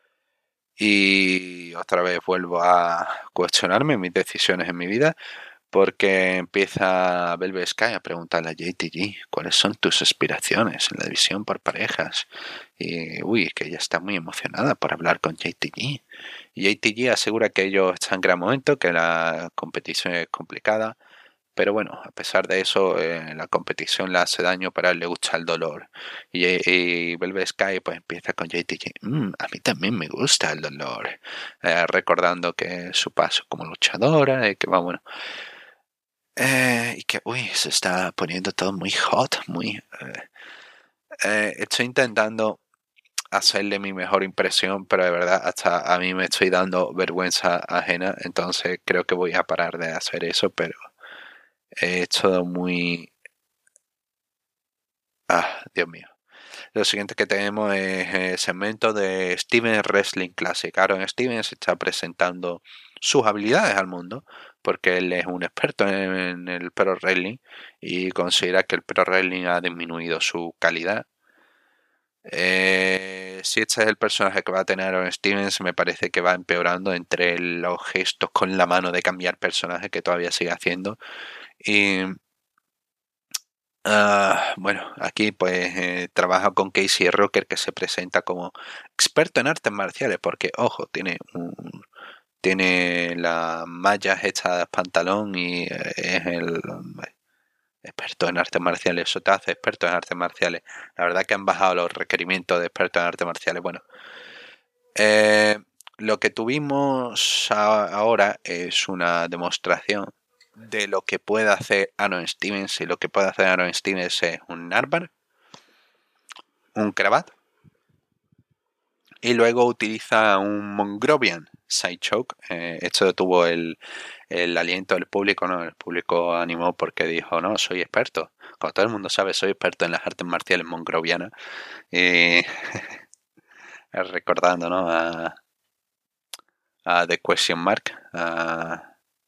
y otra vez vuelvo a cuestionarme mis decisiones en mi vida, porque empieza Velvet Sky a preguntarle a J T G cuáles son tus aspiraciones en la división por parejas. Y uy, que ella está muy emocionada por hablar con J T G. Y J T G asegura que ellos están en gran momento, que la competición es complicada. Pero bueno, a pesar de eso, eh, la competición le hace daño, pero a él le gusta el dolor. Y, y Velvet Sky pues empieza con J T G. Mm, a mí también me gusta el dolor. Eh, recordando que su paso como luchadora, y que va bueno. Eh, y que, uy, se está poniendo todo muy hot, muy... Eh, eh, estoy intentando hacerle mi mejor impresión, pero de verdad hasta a mí me estoy dando vergüenza ajena, entonces creo que voy a parar de hacer eso, pero es todo muy... Ah, Dios mío. Lo siguiente que tenemos es el segmento de Steven Wrestling Classic. Aaron Stevens está presentando sus habilidades al mundo porque él es un experto en el pro wrestling y considera que el pro wrestling ha disminuido su calidad. Eh, si este es el personaje que va a tener Aaron Stevens, me parece que va empeorando entre los gestos con la mano de cambiar personaje que todavía sigue haciendo. Y Uh, bueno, aquí pues eh, trabaja con Casey Rocker, que se presenta como experto en artes marciales, porque ojo, tiene un, tiene las mallas hechas de pantalón y eh, es el eh, experto en artes marciales. Eso te hace experto en artes marciales. La verdad que han bajado los requerimientos de experto en artes marciales. Bueno, eh, lo que tuvimos a, ahora es una demostración de lo que puede hacer Aaron Stevens, y lo que puede hacer Aaron Stevens es un armbar, un cravat, y luego utiliza un Mongrovian side choke. Eh, esto tuvo el, el aliento del público, ¿no? El público animó porque dijo, no, soy experto. Como todo el mundo sabe, soy experto en las artes marciales mongrovianas. Y recordando, ¿no? A, a The Question Mark. A,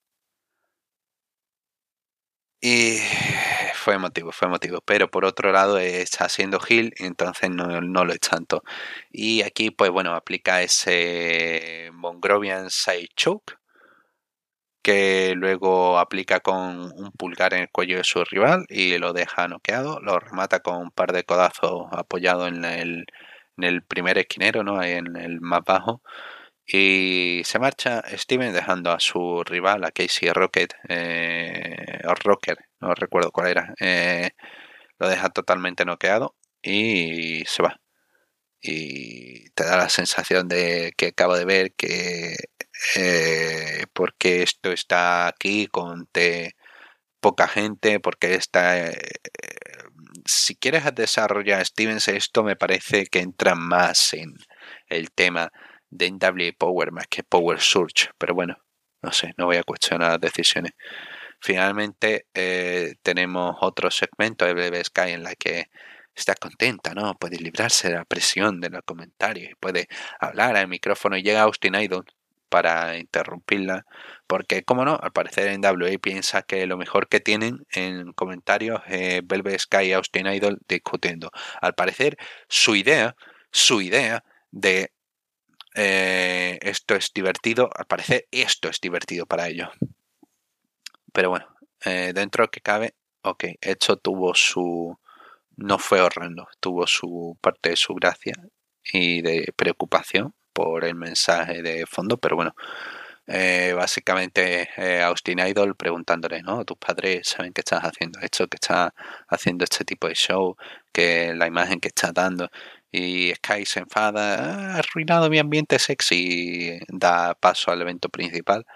y fue emotivo, fue emotivo. Pero por otro lado está haciendo heel, entonces no, no lo es tanto. Y aquí, pues bueno, aplica ese Mongrovian side choke, que luego aplica con un pulgar en el cuello de su rival y lo deja noqueado. Lo remata con un par de codazos apoyado en el, en el primer esquinero, ¿no? Ahí en el más bajo. Y se marcha Steven dejando a su rival, a Casey Rocket, eh, o Rocker, no recuerdo cuál era, eh, lo deja totalmente noqueado y se va. Y te da la sensación de que acabo de ver que eh, porque esto está aquí con te, poca gente, porque está... Eh, si quieres desarrollar Stevens, esto me parece que entra más en el tema de N W A Power más que Power Surge, pero bueno, no sé, no voy a cuestionar las decisiones. Finalmente eh, tenemos otro segmento de Velvet Sky en la que está contenta, ¿no? Puede librarse de la presión de los comentarios y puede hablar al micrófono, y llega Austin Idol para interrumpirla, porque como no, al parecer en W A piensa que lo mejor que tienen en comentarios es Velvet Sky y Austin Idol discutiendo. Al parecer su idea, su idea de eh, esto es divertido, al parecer esto es divertido para ellos. Pero bueno, eh, dentro que cabe, ok, esto tuvo su... no fue horrendo, tuvo su parte de su gracia y de preocupación por el mensaje de fondo, pero bueno, eh, básicamente eh, Austin Idol preguntándole, ¿no? Tus padres saben que estás haciendo esto, que estás haciendo este tipo de show, que la imagen que estás dando, y Sky se enfada, ha arruinado mi ambiente sexy, y da paso al evento principal.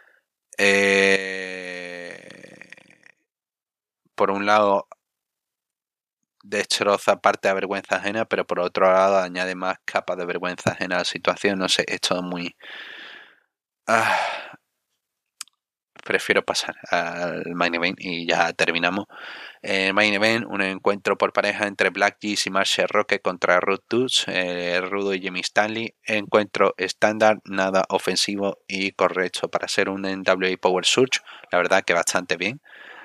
Eh, por un lado destroza parte de vergüenza ajena, pero por otro lado añade más capas de vergüenza ajena a la situación. No sé, es todo muy... Ah, prefiero pasar al main event y ya terminamos. El main event, un encuentro por pareja entre Black Geese y Marshall Rocket contra Rude Dudes, eh, Rudo y Jimmy Stanley. Encuentro estándar, nada ofensivo y correcto para ser un N W A Power Surge. La verdad que bastante bien.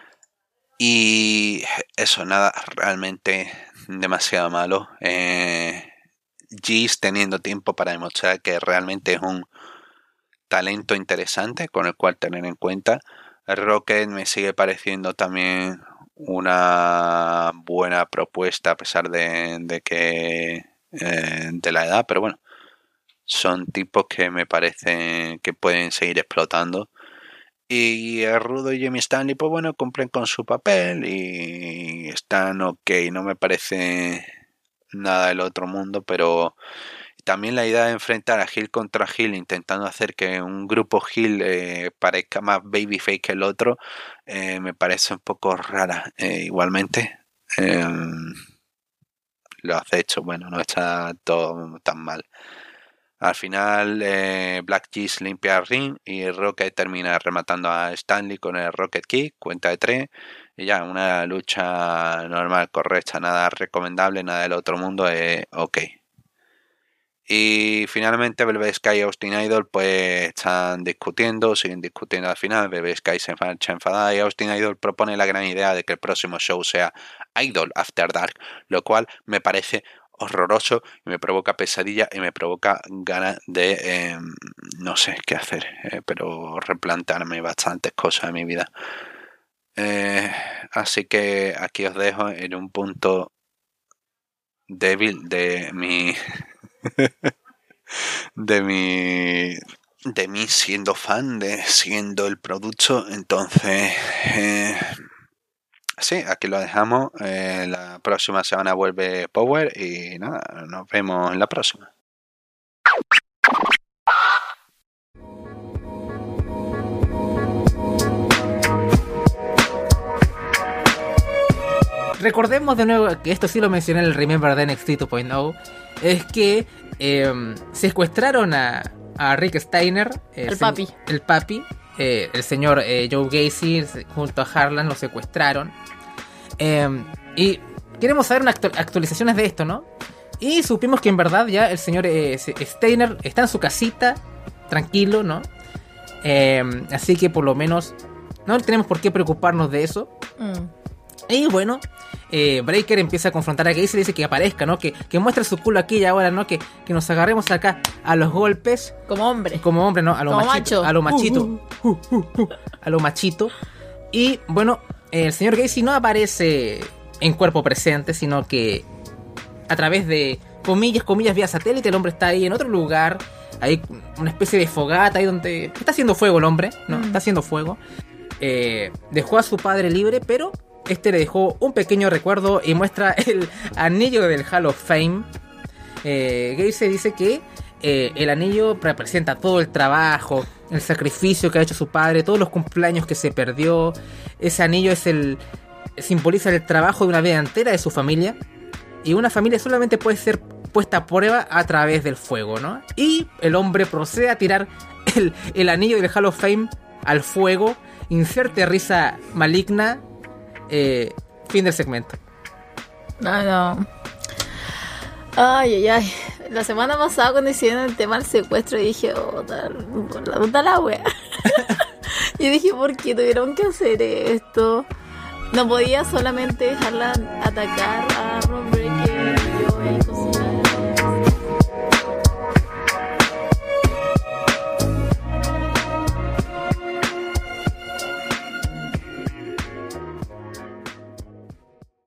Y eso, nada realmente demasiado malo. Eh, Geese teniendo tiempo para demostrar que realmente es un talento interesante con el cual tener en cuenta. Rocket me sigue pareciendo también una buena propuesta a pesar de, de que eh, de la edad, pero bueno, son tipos que me parecen que pueden seguir explotando. Y el Rudo y Jimmy Stanley, pues bueno, cumplen con su papel y están ok, no me parece nada del otro mundo, pero también la idea de enfrentar a Heel contra Heel, intentando hacer que un grupo Heel eh, parezca más babyface que el otro, eh, me parece un poco rara. Eh, igualmente, eh, lo has hecho, bueno, no está todo tan mal. Al final, eh, Black Geese limpia el ring y Rocket termina rematando a Stanley con el Rocket Kick, cuenta de tres. Y ya, una lucha normal, correcta, nada recomendable, nada del otro mundo, eh, ok. Y finalmente Velvet Sky y Austin Idol pues están discutiendo, siguen discutiendo al final. Velvet Sky se marcha enfadada y Austin Idol propone la gran idea de que el próximo show sea Idol After Dark, lo cual me parece horroroso y me provoca pesadilla y me provoca ganas de eh, no sé qué hacer, eh, pero replantearme bastantes cosas en mi vida. Eh, así que aquí os dejo en un punto débil de mi de mi de mí siendo fan, de siendo el producto. Entonces eh, sí, aquí lo dejamos. Eh, la próxima semana vuelve Power y nada, nos vemos en la próxima. Recordemos de nuevo que esto sí lo mencioné en el Remember the N X T dos punto cero, es que eh, secuestraron a, a Rick Steiner, eh, el se, papi, el papi, eh, el señor eh, Joe Gacy junto a Harlan lo secuestraron, eh, y queremos saber unas actu- actualizaciones de esto, ¿no? Y supimos que en verdad ya el señor eh, Steiner está en su casita, tranquilo, ¿no? Eh, así que por lo menos no tenemos por qué preocuparnos de eso. Mm. Y bueno, eh, Breaker empieza a confrontar a Gacy y le dice que aparezca, ¿no? Que, que muestre su culo aquí y ahora, ¿no? Que, que nos agarremos acá a los golpes. Como hombre. Como hombre, ¿no? A lo Como machito. macho. A lo machito. Uh, Uh, uh, uh, a lo machito. Y bueno, el señor Gacy no aparece en cuerpo presente, sino que a través de comillas, comillas, vía satélite, el hombre está ahí en otro lugar. Hay una especie de fogata ahí donde está haciendo fuego el hombre, ¿no? Mm. Está haciendo fuego. Eh, dejó a su padre libre, pero este le dejó un pequeño recuerdo y muestra el anillo del Hall of Fame. Eh, Gacy dice que eh, el anillo representa todo el trabajo, el sacrificio que ha hecho su padre, todos los cumpleaños que se perdió. Ese anillo es el simboliza el trabajo de una vida entera de su familia. Y una familia solamente puede ser puesta a prueba a través del fuego, ¿no? Y el hombre procede a tirar el, el anillo del Hall of Fame al fuego. Inserte risa maligna. Eh, fin del segmento. No, no. Ay, ay, ay. La semana pasada cuando hicieron el tema del secuestro dije, oh, la puta la wea. Y dije, ¿por qué tuvieron que hacer esto? No podía solamente dejarla atacar a Ron Breaker y yo y cocinar.